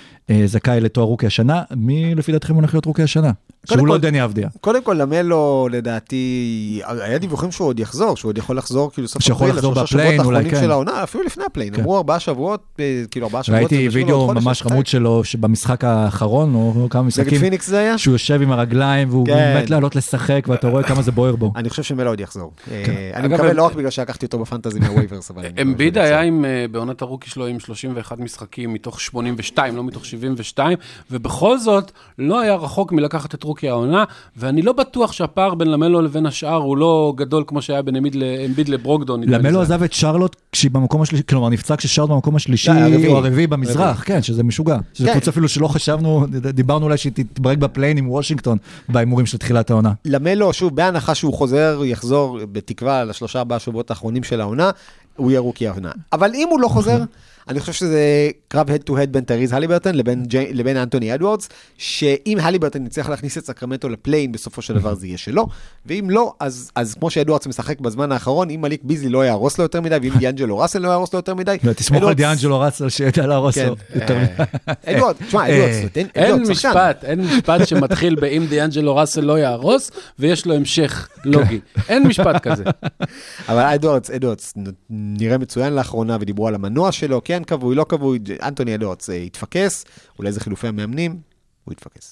זכאי לתואר רוקי השנה, מי לפי דעתכם הולך להיות רוקי השנה? שהוא לא דני אבדיה. קודם כל, למלו, לדעתי, היה דיווחים שהוא עוד יחזור, שהוא עוד יכול לחזור, כאילו סוף שיכול לחזור בפליין, אולי כן. של העונה, אפילו לפני הפליין, אמרו ארבעה שבועות, כאילו ארבעה שבועות. ראיתי וידאו ממש חמוד שלו, שבמשחק האחרון, או כמה משחקים, פיניקס זה היה? שהוא יושב עם הרגליים, והוא באמת לעלות לשחק, ואתה רואה כמה זה בוער בו. אני חושב שמלו עוד יחזור. אני מקווה לא רק בגלל שלקחתי אותו בפנטזי מהווייברס, אבל אמביד היה עם בעונת הרוקי שלו עם שלושים ואחד משחקים מתוך שמונים ושתיים, לא מתוך שבעים ושתיים, ובכל זאת לא היה רחוק מלקחת את רוקי העונה, ואני לא בטוח שהפער בין למלו לבין השאר הוא לא גדול כמו שהיה בין אמביד לברוקדון. למלו עזב את שרלוט כשהיא במקום השלישי, כלומר נפצע כששרלוט במקום השלישי או הרביעי במזרח, כן, שזה משוגע. שזה קבוצה אפילו שלא חשבנו, דיברנו אולי שהיא תתברג בפליין עם וושינגטון בהימורים של תחילת העונה. למלו, שוב, בהנחה שהוא חוזר, יחזור בתקווה לשלושה ארבעה שבועות האחרונים של העונה, הוא יהיה רוקי העונה. אבל אם הוא לא חוזר, אני חושב שזה קרב head to head בין טריז הליברטון לבין, ג'י... לבין אנטוני אדוארדס, שאם הליברטון יצליח להכניס את סקרמנטו לפליין, בסופו של דבר זה יהיה שלו, ואם לא, אז, אז כמו שאדוארדס משחק בזמן האחרון, אם מליק ביזלי לא יהרוס לו יותר מדי, ואם דיאנג'לו ראסל לא יהרוס לו יותר מדי, תסמוך על דיאנג'לו ראסל שידע להרוס לו יותר מדי. אדוארדס, תשמע, אדוארדס, אין משפט, אין משפט שמתחיל באם דיאנג'לו ראסל לא יהרוס, ויש לו המשך לוגי. אין משפט כזה. אבל אדוארדס, אדוארדס נראה מצוין לאחרונה, ודיברו על המנוע שלו, כן קבוי, לא קבוי, אנטוני אדוארדס יתפקס, אולי זה חילופי המאמנים, הוא יתפקס.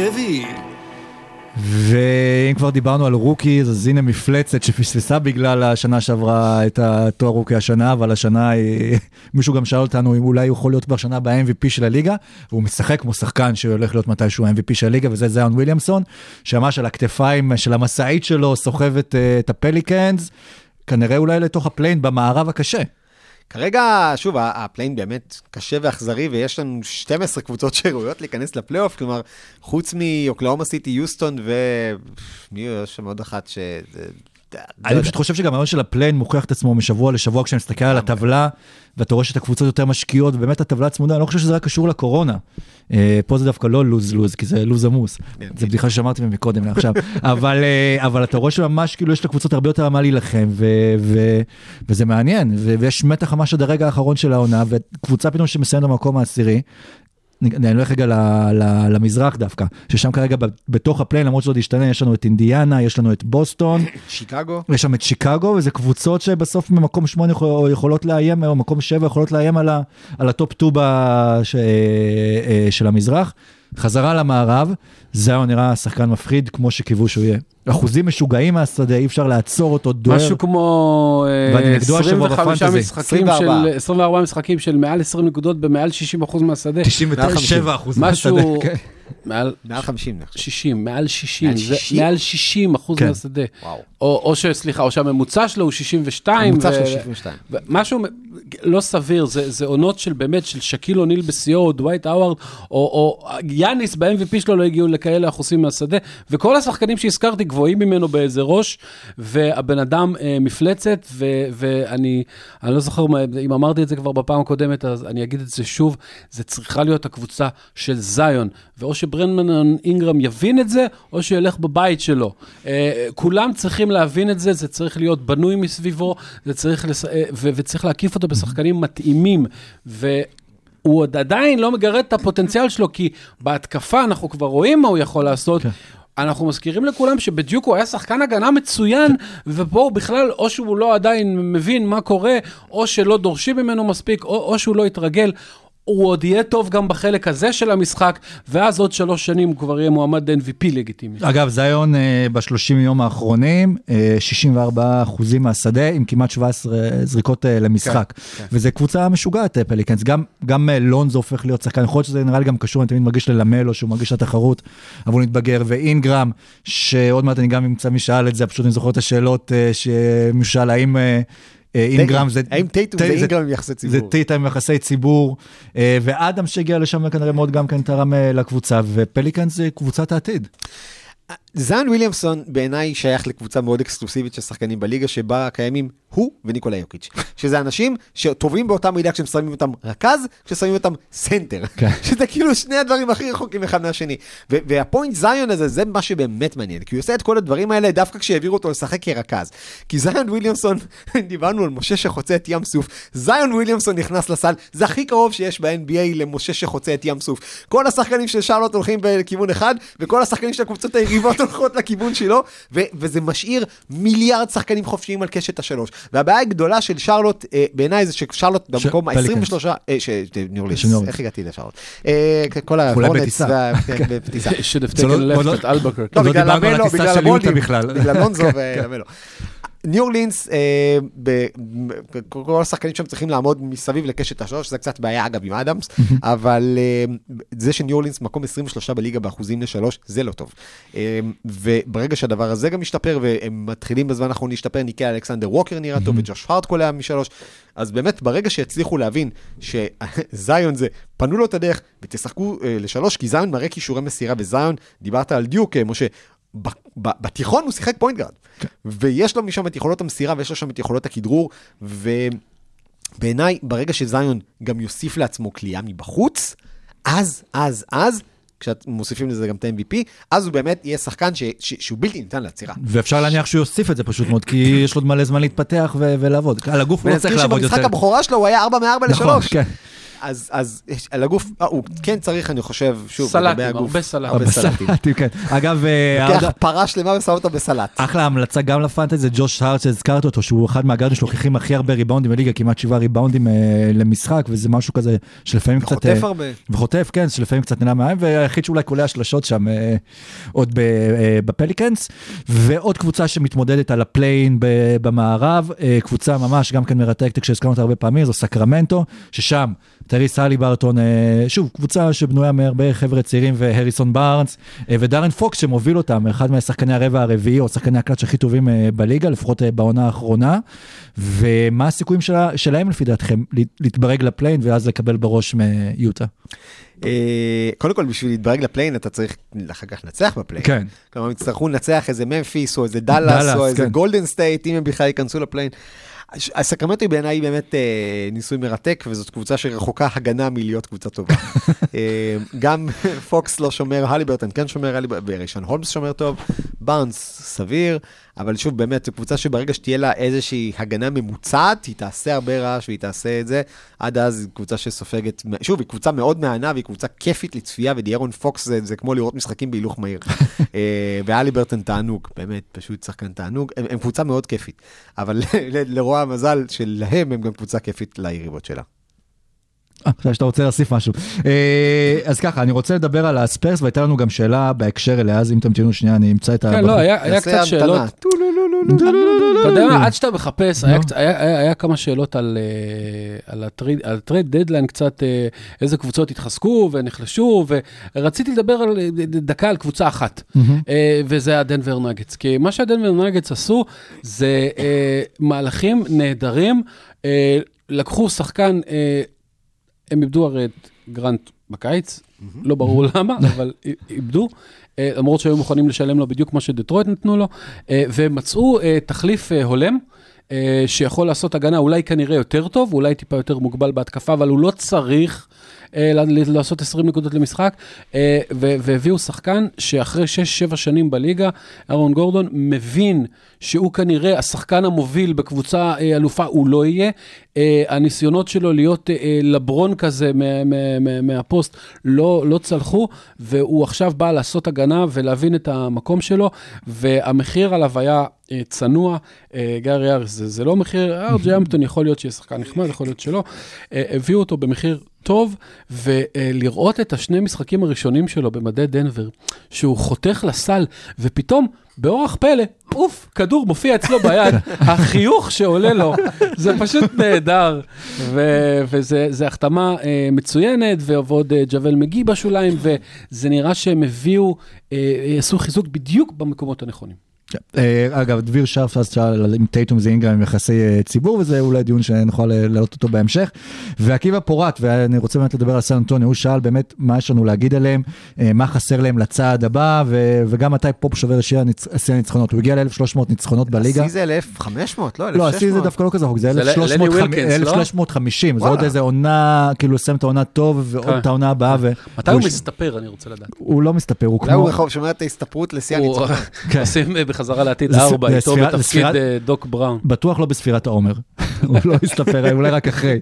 רביעי. ואם כבר דיברנו על רוקי, אז הנה מפלצת שפספסה בגלל השנה שעברה את התואר רוקי השנה, אבל השנה היא... מישהו גם שאל אותנו אם אולי הוא יכול להיות בשנה ב-אם וי פי של הליגה, והוא משחק כמו שחקן שהולך להיות מתישהו ה-אם וי פי של הליגה, וזה זיון וויליאמסון, שמש על הכתפיים של המסעית שלו, סוחב את, את הפליקנס, כנראה אולי לתוך הפליין במערב הקשה. כרגע, שוב, הפליין באמת קשה ואכזרי, ויש לנו שתים עשרה קבוצות שראויות להיכנס לפלייאוף, כלומר, חוץ מאוקלהומה סיטי, יוסטון, ומי יש שם עוד אחת ש... אני פשוט חושב שגם היום של הפליין מוכיח את עצמו משבוע לשבוע, כשאני מסתכל על הטבלה, ואתה רואה שאת הקבוצות יותר משקיעות, ובאמת הטבלה צמודה, אני לא חושב שזה רק קשור לקורונה. פה זה דווקא לא לוז-לוז, כי זה לוז עמוס. זה בדיחה ששמרתי מקודם לעכשיו. אבל אתה רואה שממש כאילו יש לקבוצות הרבה יותר מה להילחם, וזה מעניין, ויש מתח ממש עד הרגע האחרון של העונה, וקבוצה פתאום שמסיים במקום העשירי, אני הולך רגע למזרח דווקא, ששם כרגע בתוך הפליין, למרות שלא ישתנה, יש לנו את אינדיאנה, יש לנו את בוסטון, שיקגו, יש שם את שיקגו, וזה קבוצות שבסוף ממקום שמונה יכולות לאיים, או מקום שבע יכולות לאיים על הטופ טובה של המזרח. חזרה למערב, זהו נראה שחקן מפחיד, כמו שקיוו שהוא יהיה. אחוזים משוגעים מהשדה, אי אפשר לעצור אותו דואר. משהו כמו עשרים וחמישה משחקים של, עשרים וארבעה משחקים של מעל עשרים נקודות, במעל שישים אחוז מהשדה. תשעים ושבע אחוז מהשדה. משהו, מעל חמישים. שישים, מעל שישים. מעל שישים אחוז מהשדה. או שסליחה, או שהממוצע שלו הוא שישים ושתיים. הממוצע שלו שישים ושתיים. משהו לא סביר, זה עונות של באמת, של שקיל אוניל בסיור, דווייט האווארד, או יאניס ב-אם וי פי שלו לא הגיעו לכאלה אחוזים מהשדה, וכל השחקנים שהזכרתי גבוהים ממנו באיזה ראש, והבן אדם אה, מפלצת, ו- ואני אני לא זוכר, אם אמרתי את זה כבר בפעם הקודמת, אז אני אגיד את זה שוב, זה צריכה להיות הקבוצה של זיון, ואו שברנדמן אינגרם יבין את זה, או שילך בבית שלו. אה, כולם צריכים להבין את זה, זה צריך להיות בנוי מסביבו, זה צריך לס... ו- וצריך להקיף אותו בשחקנים מתאימים, ו... הוא עוד עדיין לא מגרד את הפוטנציאל שלו, כי בהתקפה אנחנו כבר רואים מה הוא יכול לעשות, okay. אנחנו מזכירים לכולם שבדיוק הוא היה שחקן הגנה מצוין, ופה הוא בכלל, או שהוא לא עדיין מבין מה קורה, או שלא דורשים ממנו מספיק, או, או שהוא לא יתרגל, הוא עוד יהיה טוב גם בחלק הזה של המשחק, ואז עוד שלוש שנים הוא כבר יהיה מועמד ל-אם וי פי לגיטימי. אגב, זיון ב-שלושים יום האחרונים, שישים וארבעה אחוזים מהשדה, עם כמעט שבע עשרה זריקות למשחק. וזה קבוצה משוגעת, פליקנס. גם לונזו הופך להיות שחקן, יכול להיות שזה נראה לי גם קשור, אני תמיד מרגיש ללמלו, שהוא מרגיש לתחרות, אבל הוא נתבגר, ואינגרם, שעוד מעט אני גם אמצא מי שאל את זה, פשוט אני זוכר את השאלות שמשאל, האם... אינגרם זה... האם טייטום ואינגרם עם יחסי ציבור? זה טייטום עם יחסי ציבור, ואדם שהגיע לשם כנראה מאוד גם כן תרם לקבוצה, ופליקנס זה קבוצת העתיד. זיון וויליאמסון בעיניי שייך לקבוצה מאוד אקסקלוסיבית של שחקנים בליגה, שבה קיימים הוא וניקולה יוקיץ', שזה אנשים שטובים באותה מידה כששמים אותם רכז, כששמים אותם סנטר, שזה כאילו שני הדברים הכי רחוקים אחד מהשני, והפוינט זיון הזה, זה מה שבאמת מעניין, כי הוא עושה את כל הדברים האלה דווקא כשהעבירו אותו לשחק כרכז, כי זיון וויליאמסון, דיברנו על משה שחוצה את ים סוף, זיון וויליאמסון נכנס לסל, זה הכי קרוב שיש ב-אן בי איי למשה שחוצה את ים סוף, כל השחקנים של שרלוט הולכים בכיוון אחד, וכל השחקנים של הקבוצות היריבות הולכות לכיוון שלו, ו- וזה משאיר מיליארד שחקנים חופשיים על קשת השלוש. והבעיה הגדולה של שרלוט, אה, בעיניי זה ששרלוט במקום ה-עשרים ושלוש, אה, ש... ניורליס, איך הגעתי לשרלוט? אה, כל ההורנטס והפטיסה. should have taken left at Albuquerque. לא, בגלל המלו, בגלל המולדים, בגלל לונזו ולמלו. ניו אורלינס, כל השחקנים שם צריכים לעמוד מסביב לקשת השלוש, זה קצת בעיה אגב עם אדמס, אבל זה שניו אורלינס מקום עשרים ושלוש בליגה באחוזים לשלוש, זה לא טוב. וברגע שהדבר הזה גם משתפר, והם מתחילים בזמן האחרון להשתפר, ניקה אלכסנדר ווקר נראה טוב, וג'וש הארט קולע משלוש, אז באמת ברגע שהצליחו להבין שזיון זה, פנו לו את הדרך ותשחקו לשלוש, כי זיון מראה כישורי מסירה בזיון, דיברת על דיוק, משה, בתיכון הוא שיחק פוינט גארד, ויש לו משם את יכולות המסירה, ויש לו שם את יכולות הכדרור, ובעיניי, ברגע שזיון גם יוסיף לעצמו קליעה מבחוץ, אז, אז, אז, כשאת מוסיפים לזה גם את ה-אם וי פי, אז הוא באמת יהיה שחקן ש, ש, שהוא בלתי ניתן לעצירה. ואפשר להניח שהוא יוסיף את זה פשוט מאוד, כי יש לו עוד מלא זמן להתפתח ו- ולעבוד. על הגוף הוא לא צריך לעבוד יותר. שבמשחק הבכורה שלו הוא היה ארבע מארבע לשלוש. אז, אז על הגוף, אה, הוא כן צריך, אני חושב, שוב, סלטים, הרבה סלטים. הרבה סלטים. כן. אגב, לוקח פרה שלמה ושם אותה בסלט. אחלה המלצה גם לפנטזי, זה ג'וש הארט שהזכרת אותו, שהוא אחד מהגארדים שלוקחים הכי הרבה ריבאונדים בליגה, כמעט שבעה ריבאונדים למשחק, וזה משהו כזה שלפעמים קצת... וחוטף הרבה. וחוטף, כן, שלפעמים קצת נעלם מהים, והיחיד שאולי קולע שלשות שם עוד בפליקנס, ועוד קבוצה שמתמודדת על הפליין במערב, קבוצה ממש גם כן מרתקת, שהזכרנו אותה הרבה פעמים, זו סקרמנטו, ששם טריס הליברטון, שוב, קבוצה שבנויה מהרבה חבר'ה צעירים, והריסון בארנס, ודרן פוקס שמוביל אותם, אחד מהשחקני הרבע הרביעי, או שחקני הקלאץ' הכי טובים בליגה, לפחות בעונה האחרונה, ומה הסיכויים שלה, שלהם לפי דעתכם, להתברג לפליין, ואז לקבל בראש מיוטה? קודם כל, בשביל להתברג לפליין, אתה צריך אחר כך לנצח בפליין. כן. כלומר, יצטרכו לנצח איזה ממפיס, או איזה דלס, או איזה גולדן סטייט, אם הם בכלל ייכנסו לפליין. הסקרמנטו בעיניי היא באמת אה, ניסוי מרתק, וזאת קבוצה שרחוקה הגנה מלהיות קבוצה טובה. אה, גם פוקס לא שומר, הליברטון כן שומר, ורישון הולמס שומר טוב, בארנס סביר, אבל שוב באמת, זו קבוצה שברגע שתהיה לה איזושהי הגנה ממוצעת, היא תעשה הרבה רעש והיא תעשה את זה, עד אז היא קבוצה שסופגת, שוב, היא קבוצה מאוד מענה, והיא קבוצה כיפית לצפייה, ודיירון פוקס זה, זה כמו לראות משחקים בהילוך מהיר. אה, והליברטון תענוג, באמת, פשוט שחקן תענוג, הם, הם קבוצה מאוד כיפית, אבל לרוע המזל שלהם הם גם קבוצה כיפית ליריבות שלה. עכשיו שאתה רוצה להוסיף משהו. אז ככה, אני רוצה לדבר על הספרס, והייתה לנו גם שאלה בהקשר אליה, אז אם תמתינו שנייה, אני אמצא את ה... כן, לא, היה קצת שאלות. אתה יודע מה, עד שאתה מחפש, היה כמה שאלות על הטרייד דדליין, קצת איזה קבוצות התחזקו ונחלשו, ורציתי לדבר על דקה על קבוצה אחת, וזה הדנבר נאגטס. כי מה שהדנבר נאגטס עשו, זה מהלכים נהדרים, לקחו שחקן... הם איבדו הרי את גרנט בקיץ, לא ברור למה, אבל איבדו, למרות שהיו מוכנים לשלם לו בדיוק מה שדטרויט נתנו לו, ומצאו תחליף הולם, שיכול לעשות הגנה אולי כנראה יותר טוב, אולי טיפה יותר מוגבל בהתקפה, אבל הוא לא צריך לעשות עשרים נקודות למשחק, והביאו שחקן שאחרי שש שבע שנים בליגה, ארון גורדון מבין שהוא כנראה השחקן המוביל בקבוצה אלופה, הוא לא יהיה, הניסיונות שלו להיות לברון כזה מהפוסט לא, לא צלחו, והוא עכשיו בא לעשות הגנה ולהבין את המקום שלו, והמחיר עליו היה צנוע, גארי האריס, זה, זה לא מחיר, ארג'י אמפטון יכול להיות שיהיה שחקן נחמד, יכול להיות שלא, הביאו אותו במחיר טוב, ולראות את השני משחקים הראשונים שלו במדי דנבר, שהוא חותך לסל, ופתאום באורח פלא, אוף, כדור מופיע אצלו ביד, החיוך שעולה לו, זה פשוט נהדר, וזה החתמה מצוינת, ועבוד ג'וול מגי בשוליים, וזה נראה שהם הביאו, עשו חיזוק בדיוק במקומות הנכונים. אגב, דביר שרף אז שאל אם טייטום זה אינגרם עם יחסי ציבור, וזה אולי דיון שנוכל להעלות אותו בהמשך. ועקיבא פורט, ואני רוצה באמת לדבר על סן אנטוניו, הוא שאל באמת מה יש לנו להגיד עליהם, מה חסר להם לצעד הבא, וגם מתי פופ שובר השיא הניצחונות. הוא הגיע ל-אלף ושלוש מאות ניצחונות בליגה. השיא זה אלף וחמש מאות, לא אלף ושש מאות. לא, השיא זה דווקא לא כזה, זה אלף ושלוש מאות וחמישים, זה עוד איזה עונה, כאילו לסיים את העונה טוב, ועוד את העונה הבאה. מתי הוא מסתפר, אני רוצה לדעת. הוא לא מסתפר, הוא כמו... הוא שומע את ההסתפרות לשיא הניצחונות. עושים בחזרה לעתיד ארבע, איתו בתפקיד דוק בראון. בטוח לא בספירת העומר. הוא לא הסתפר, אולי רק אחרי.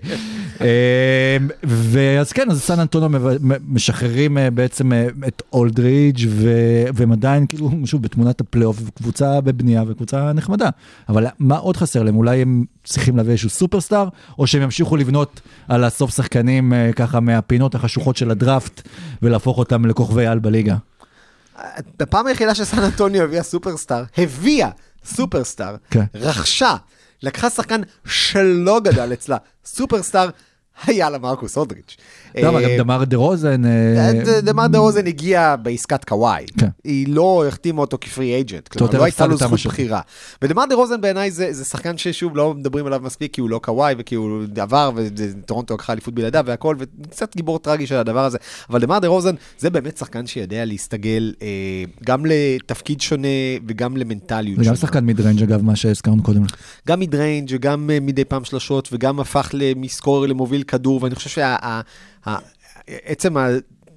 ואז כן, אז סן אנטוניו משחררים בעצם את אולדריג' והם עדיין כאילו, שוב, בתמונת הפלייאוף, קבוצה בבנייה וקבוצה נחמדה. אבל מה עוד חסר להם? אולי הם צריכים להביא איזשהו סופרסטאר, או שהם ימשיכו לבנות על הסוף שחקנים ככה מהפינות החשוכות של הדראפט, ולהפוך אותם לכוכבי על בליגה. בפעם היחידה שסן אנטוניו הביאה סופרסטאר, הביאה סופרסטאר, רכשה, לקחה שחקן שלא גדל אצלה, סופרסטאר, היה לה מרקוס אולדריץ'. גם דמר דה רוזן... דמר דה רוזן הגיע בעסקת קוואי. היא לא החתימה אותו כפרי אייג'נט. כלומר, לא הייתה לו זכות בחירה. ודמר דה רוזן בעיניי זה שחקן ששוב לא מדברים עליו מספיק, כי הוא לא קוואי, וכי הוא עבר, וטורונטו לקחה אליפות בלעדיו והכל, וקצת גיבור טרגי של הדבר הזה. אבל דמר דה רוזן זה באמת שחקן שיודע להסתגל גם לתפקיד שונה, וגם למנטליות שונה. וגם שחקן מידריינג' אגב, מה שהזכרנו קודם. גם מידריינג' וגם מדי פעם שלושות, וגם הפך למסקור למוביל כדור, ואני חושב שה... עצם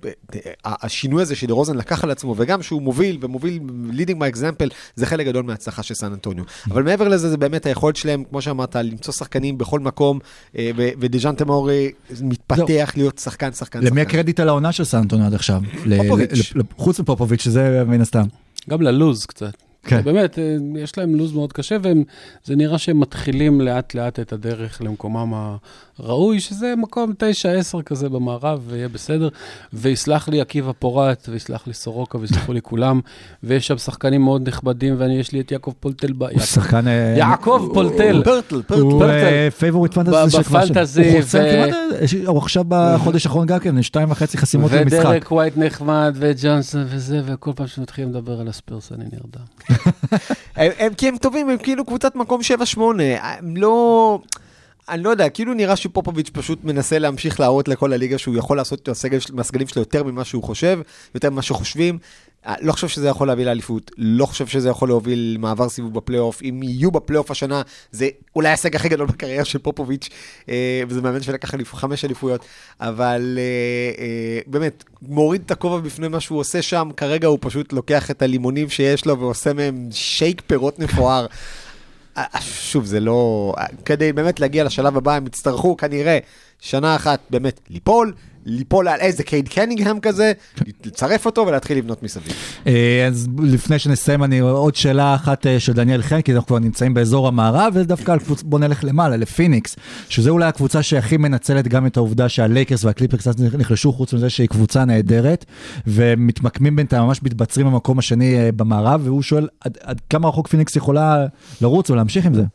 השינוי הזה שדרוזן לקח על עצמו, וגם שהוא מוביל ומוביל leading by example, זה חלק גדול מההצלחה של סן אנטוניו. אבל מעבר לזה, זה באמת היכולת שלהם, כמו שאמרת, למצוא שחקנים בכל מקום, ודז'אנטה מאורי מתפתח להיות שחקן, שחקן, למי הקרדיט על העונה של סן אנטוניו עד עכשיו? פופוביץ'. חוץ מפופוביץ', שזה מן הסתם. גם ללוז קצת. כן. באמת, יש להם לוז מאוד קשה, וזה נראה שהם מתחילים לאט לאט את הדרך למקומם הראוי, שזה מקום תשע עשר כזה במערב, ויהיה בסדר, ויסלח לי עקיבא פורט, ויסלח לי סורוקה, ויסלחו לי כולם, ויש שם שחקנים מאוד נכבדים, ואני יש לי את יעקב פולטל, הוא שחקן... יעקב פולטל. פרטל, פרטל. הוא פייבוריט פנטזי. בפנטזי. הוא עכשיו בחודש האחרון גם כן, שתיים וחצי חסימות למשחק. ודרק ווייט נחמד, וג'ונסון וזה, וכל פעם שמתחילים לדבר על הספרס, אני נרדם. הם, כי הם טובים, הם כאילו קבוצת מקום שבע שמונה, הם לא, אני לא יודע, כאילו נראה שפופוביץ' פשוט מנסה להמשיך להראות לכל הליגה שהוא יכול לעשות מהסגלים שלו יותר ממה שהוא חושב, יותר ממה שחושבים, לא חושב שזה יכול להביא לאליפות, לא חושב שזה יכול להוביל מעבר סיבוב בפלייאוף, אם יהיו בפלייאוף השנה, זה אולי ההישג הכי גדול בקריירה של פופוביץ', וזה מאמן שלקח חמש אליפויות, אבל באמת, מוריד את הכובע בפני מה שהוא עושה שם, כרגע הוא פשוט לוקח את הלימונים שיש לו, ועושה מהם שייק פירות מפואר. שוב, זה לא... כדי באמת להגיע לשלב הבא, הם יצטרכו כנראה שנה אחת באמת ליפול, ליפול על איזה קייד קנינגהם כזה, לצרף אותו ולהתחיל לבנות מסביב. אז לפני שנסיים, אני עוד שאלה אחת של דניאל חן, כי אנחנו כבר נמצאים באזור המערב, ודווקא על קבוצה, בוא נלך למעלה, לפיניקס, שזה אולי הקבוצה שהכי מנצלת גם את העובדה שהלייקרס והקליפרס קצת נחלשו, חוץ מזה שהיא קבוצה נהדרת, ומתמקמים בינתיים, ממש מתבצרים במקום השני במערב, והוא שואל עד, עד כמה רחוק פיניקס יכולה לרוץ או להמשיך עם זה?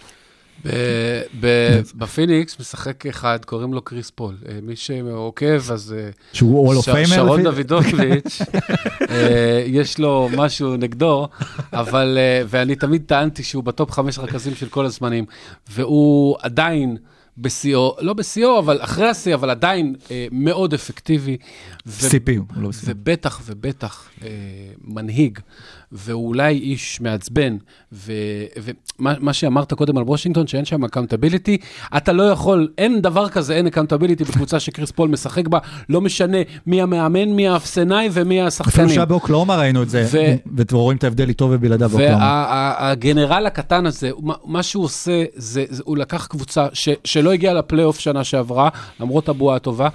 בפיניקס משחק אחד, קוראים לו קריס פול. מי שעוקב, אז שרון דוידוביץ', יש לו משהו נגדו, אבל, ואני תמיד טענתי שהוא בטופ חמש רכזים של כל הזמנים, והוא עדיין בסיאו, לא בסיאו, אבל אחרי הסיאו, אבל עדיין מאוד אפקטיבי. סי פי, הוא לא בסיאו. ובטח ובטח מנהיג. והוא אולי איש מעצבן, ומה שאמרת קודם על וושינגטון, שאין שם אקאונטביליטי, אתה לא יכול, אין דבר כזה, אין אקאונטביליטי בקבוצה שקריס פול משחק בה, לא משנה מי המאמן, מי האפסנאי ומי השחקנים. אפילו שבאוקלאומה ראינו את זה, ורואים את ההבדל איתו ובלעדיו באוקלאומה. והגנרל הקטן הזה, מה שהוא עושה, הוא לקח קבוצה שלא הגיעה לפלייאוף שנה שעברה, למרות הבועה הטובה,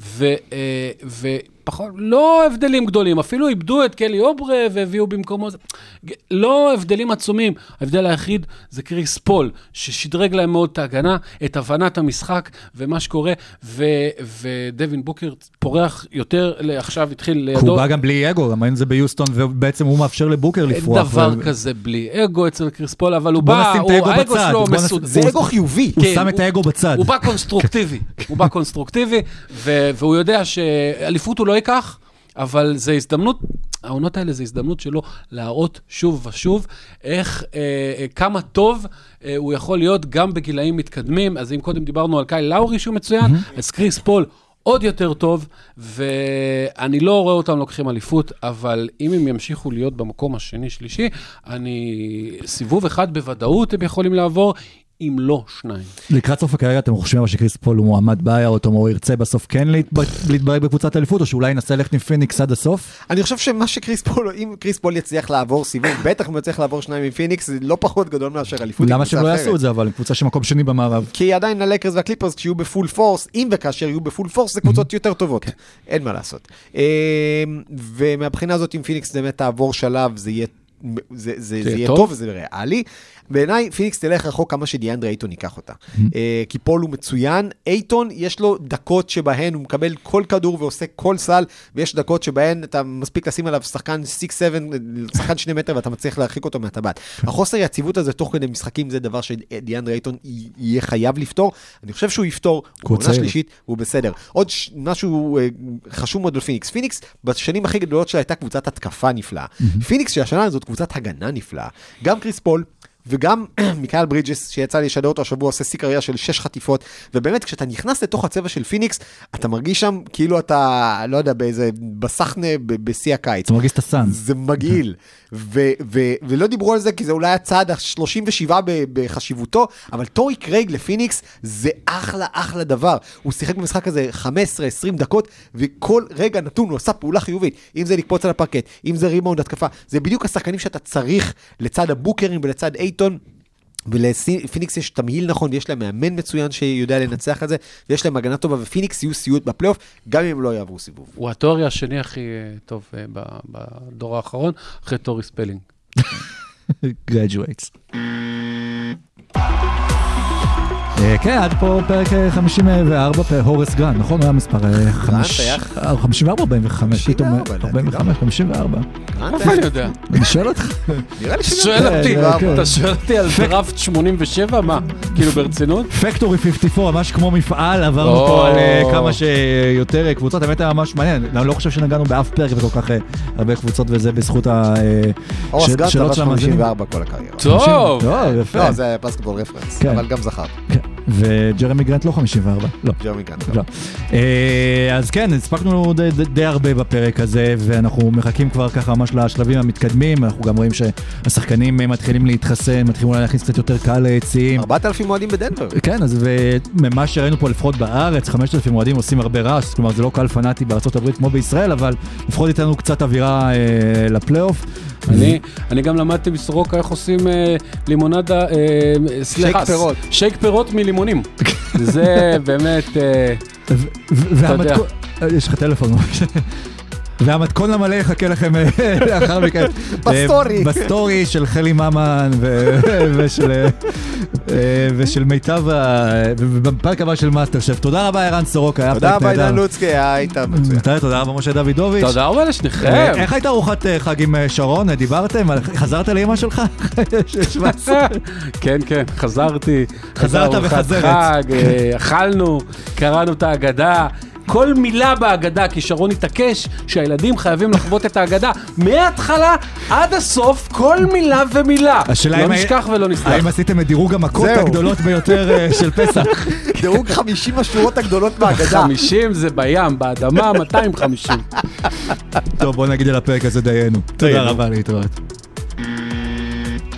ו... פחות, לא הבדלים גדולים, אפילו איבדו את קלי אוברה והביאו במקומו, לא הבדלים עצומים, ההבדל היחיד זה קריס פול, ששדרג להם מאוד את ההגנה, את הבנת המשחק ומה שקורה, ו, ודווין בוקר פורח יותר, עכשיו התחיל לידו. הוא בא גם בלי אגו, גם אין זה ביוסטון, ובעצם הוא מאפשר לבוקר לפרוח. אין דבר ו... כזה בלי אגו אצל קריס פול, אבל הוא בא, הוא, האגו שלו מסוד. זה אגו חיובי. הוא שם את האגו בצד. הוא בא קונסטרוקטיבי, הוא בא קונסטרוקטיבי, והוא יודע שאליפות הוא לא ייקח, אבל זה הזדמנות, העונות האלה זה הזדמנות שלו להראות שוב ושוב, איך, אה, כמה טוב אה, הוא יכול להיות גם בגילאים מתקדמים, אז אם קודם דיברנו על קייל לאורי שהוא מצוין, mm-hmm. אז קריס פול עוד יותר טוב, ואני לא רואה אותם לוקחים אליפות, אבל אם הם ימשיכו להיות במקום השני שלישי, אני, סיבוב אחד בוודאות הם יכולים לעבור, אם לא שניים. לקראת סוף הקריירה אתם חושבים שקריס פול הוא מועמד בעיה, או הוא ירצה בסוף כן להתברג בקבוצת אליפות, או שאולי ינסה ללכת עם פיניקס עד הסוף? אני חושב שמה שקריס פול, אם קריס פול יצליח לעבור סיבוב, בטח הוא יצליח לעבור שניים עם פיניקס, זה לא פחות גדול מאשר אליפות. למה שלא יעשו את זה, אבל קבוצה שמקום שני במערב? כי עדיין הלייקרס והקליפרס, כשיהיו בפול פורס, אם וכאשר יהיו בפול פורס, זה קבוצות יותר טובות. אין מה לעשות. ומהבחינה הזאת, אם פיניקס באמת תעבור שלב, זה יהיה זה, זה, זה יהיה טוב וזה ריאלי. בעיניי פיניקס תלך רחוק כמה שדיאנדרה אייטון ייקח אותה. כי פול הוא מצוין, אייטון יש לו דקות שבהן הוא מקבל כל כדור ועושה כל סל, ויש דקות שבהן אתה מספיק לשים עליו שחקן שש שבע, שחקן שני מטר ואתה מצליח להרחיק אותו מהטבעת. החוסר היציבות הזה תוך כדי משחקים זה דבר שדיאנדרה אייטון יהיה חייב לפתור. אני חושב שהוא יפתור, הוא עונה שלישית, הוא בסדר. עוד משהו חשוב מאוד לפיניקס. פיניקס בשנים הכי גדולות שלה הייתה קבוצת התקפה נפלאה. פיניקס שהשנה הזאת קבוצת הגנה נפלאה. גם קריס פול וגם מיקאל ברידג'ס, שיצא לי לשדר אותו השבוע, עושה שיא קריירה של שש חטיפות, ובאמת, כשאתה נכנס לתוך הצבע של פיניקס, אתה מרגיש שם כאילו אתה, לא יודע, באיזה בסחנה בשיא הקיץ. אתה מרגיש את הסאנס. זה מגעיל. ו- ו- ולא דיברו על זה, כי זה אולי הצעד ה-שלושים ושבע בחשיבותו, אבל טורי קרייג לפיניקס זה אחלה, אחלה דבר. הוא שיחק במשחק הזה חמש עשרה עשרים דקות, וכל רגע נתון הוא עשה פעולה חיובית. אם זה לקפוץ על הפרקט, אם זה ריבאונד התקפה, זה בדיוק השחקנים שאתה צריך לצד הבוקרים ולצד אייטון, ולפיניקס יש תמהיל נכון, ויש להם מאמן מצוין שיודע לנצח את זה, ויש להם הגנה טובה, ופיניקס יהיו סיוט בפלייאוף, גם אם לא יעברו סיבוב. הוא התיאוריה השני הכי טוב בדור האחרון, אחרי טורי ספלינג. graduates. כן, עד פה פרק חמישים וארבע, הורס גרנט, נכון? הוא היה מספר חמישים וארבע, ארבעים וחמש, פתאום ארבעים וחמש, חמישים וארבע. איפה אני יודע? אני שואל אותך. נראה לי שואל אותי, אתה שואל אותי על דראפט שמונים ושבע? מה? כאילו ברצינות? פקטורי חמישים וארבע, ממש כמו מפעל, עברנו פה על כמה שיותר קבוצות, האמת היה ממש מעניין, אני לא חושב שנגענו באף פרק וכל כך הרבה קבוצות, וזה בזכות השאלות של המאזינים. חמישים וארבע כל הקריירה. טוב! לא, זה פסקטבול רפרנס, אבל גם זכר. וג'רמי גרנט לא חמישים וארבע, לא. ג'רמי גרנט לא. אז כן, הספקנו די הרבה בפרק הזה, ואנחנו מחכים כבר ככה ממש לשלבים המתקדמים, אנחנו גם רואים שהשחקנים מתחילים להתחסן, מתחילים אולי להכניס קצת יותר קהל ליציעים. ארבעת אלפים מועדים בדנבר. כן, אז וממה שראינו פה לפחות בארץ, חמשת אלפים מועדים עושים הרבה רעש, כלומר זה לא קהל פנאטי בארצות הברית כמו בישראל, אבל לפחות איתנו קצת אווירה לפלייאוף. אני, אני גם למדתי בסורוקה איך עושים לימונדה, שייק פירות. שייק פירות מלימונים. זה באמת, אתה יודע. יש לך טלפון. והמתכון למלא יחכה לכם לאחר מכן. בסטורי. בסטורי של חלי ממן ושל מיטב, ובפרק הבא של מאסטר שף. תודה רבה ערן סורוקה. תודה רבה עידן לוצקי, היית מצוין. תודה רבה משה דוידוביץ'. תודה רבה לשניכם. איך הייתה ארוחת חג עם שרון? דיברתם? חזרת לאמא שלך? כן, כן, חזרתי. חזרת וחזרת. אכלנו, קראנו את ההגדה. כל מילה בהגדה, כי שרון התעקש שהילדים חייבים לחוות את ההגדה מההתחלה עד הסוף, כל מילה ומילה. לא נשכח ולא נסלח. האם עשיתם את דירוג המכות הגדולות ביותר של פסח? דירוג חמישים השורות הגדולות בהגדה. חמישים זה בים, באדמה מאתיים וחמישים. טוב, בוא נגיד על הפרק הזה דיינו. תודה רבה, להתראות.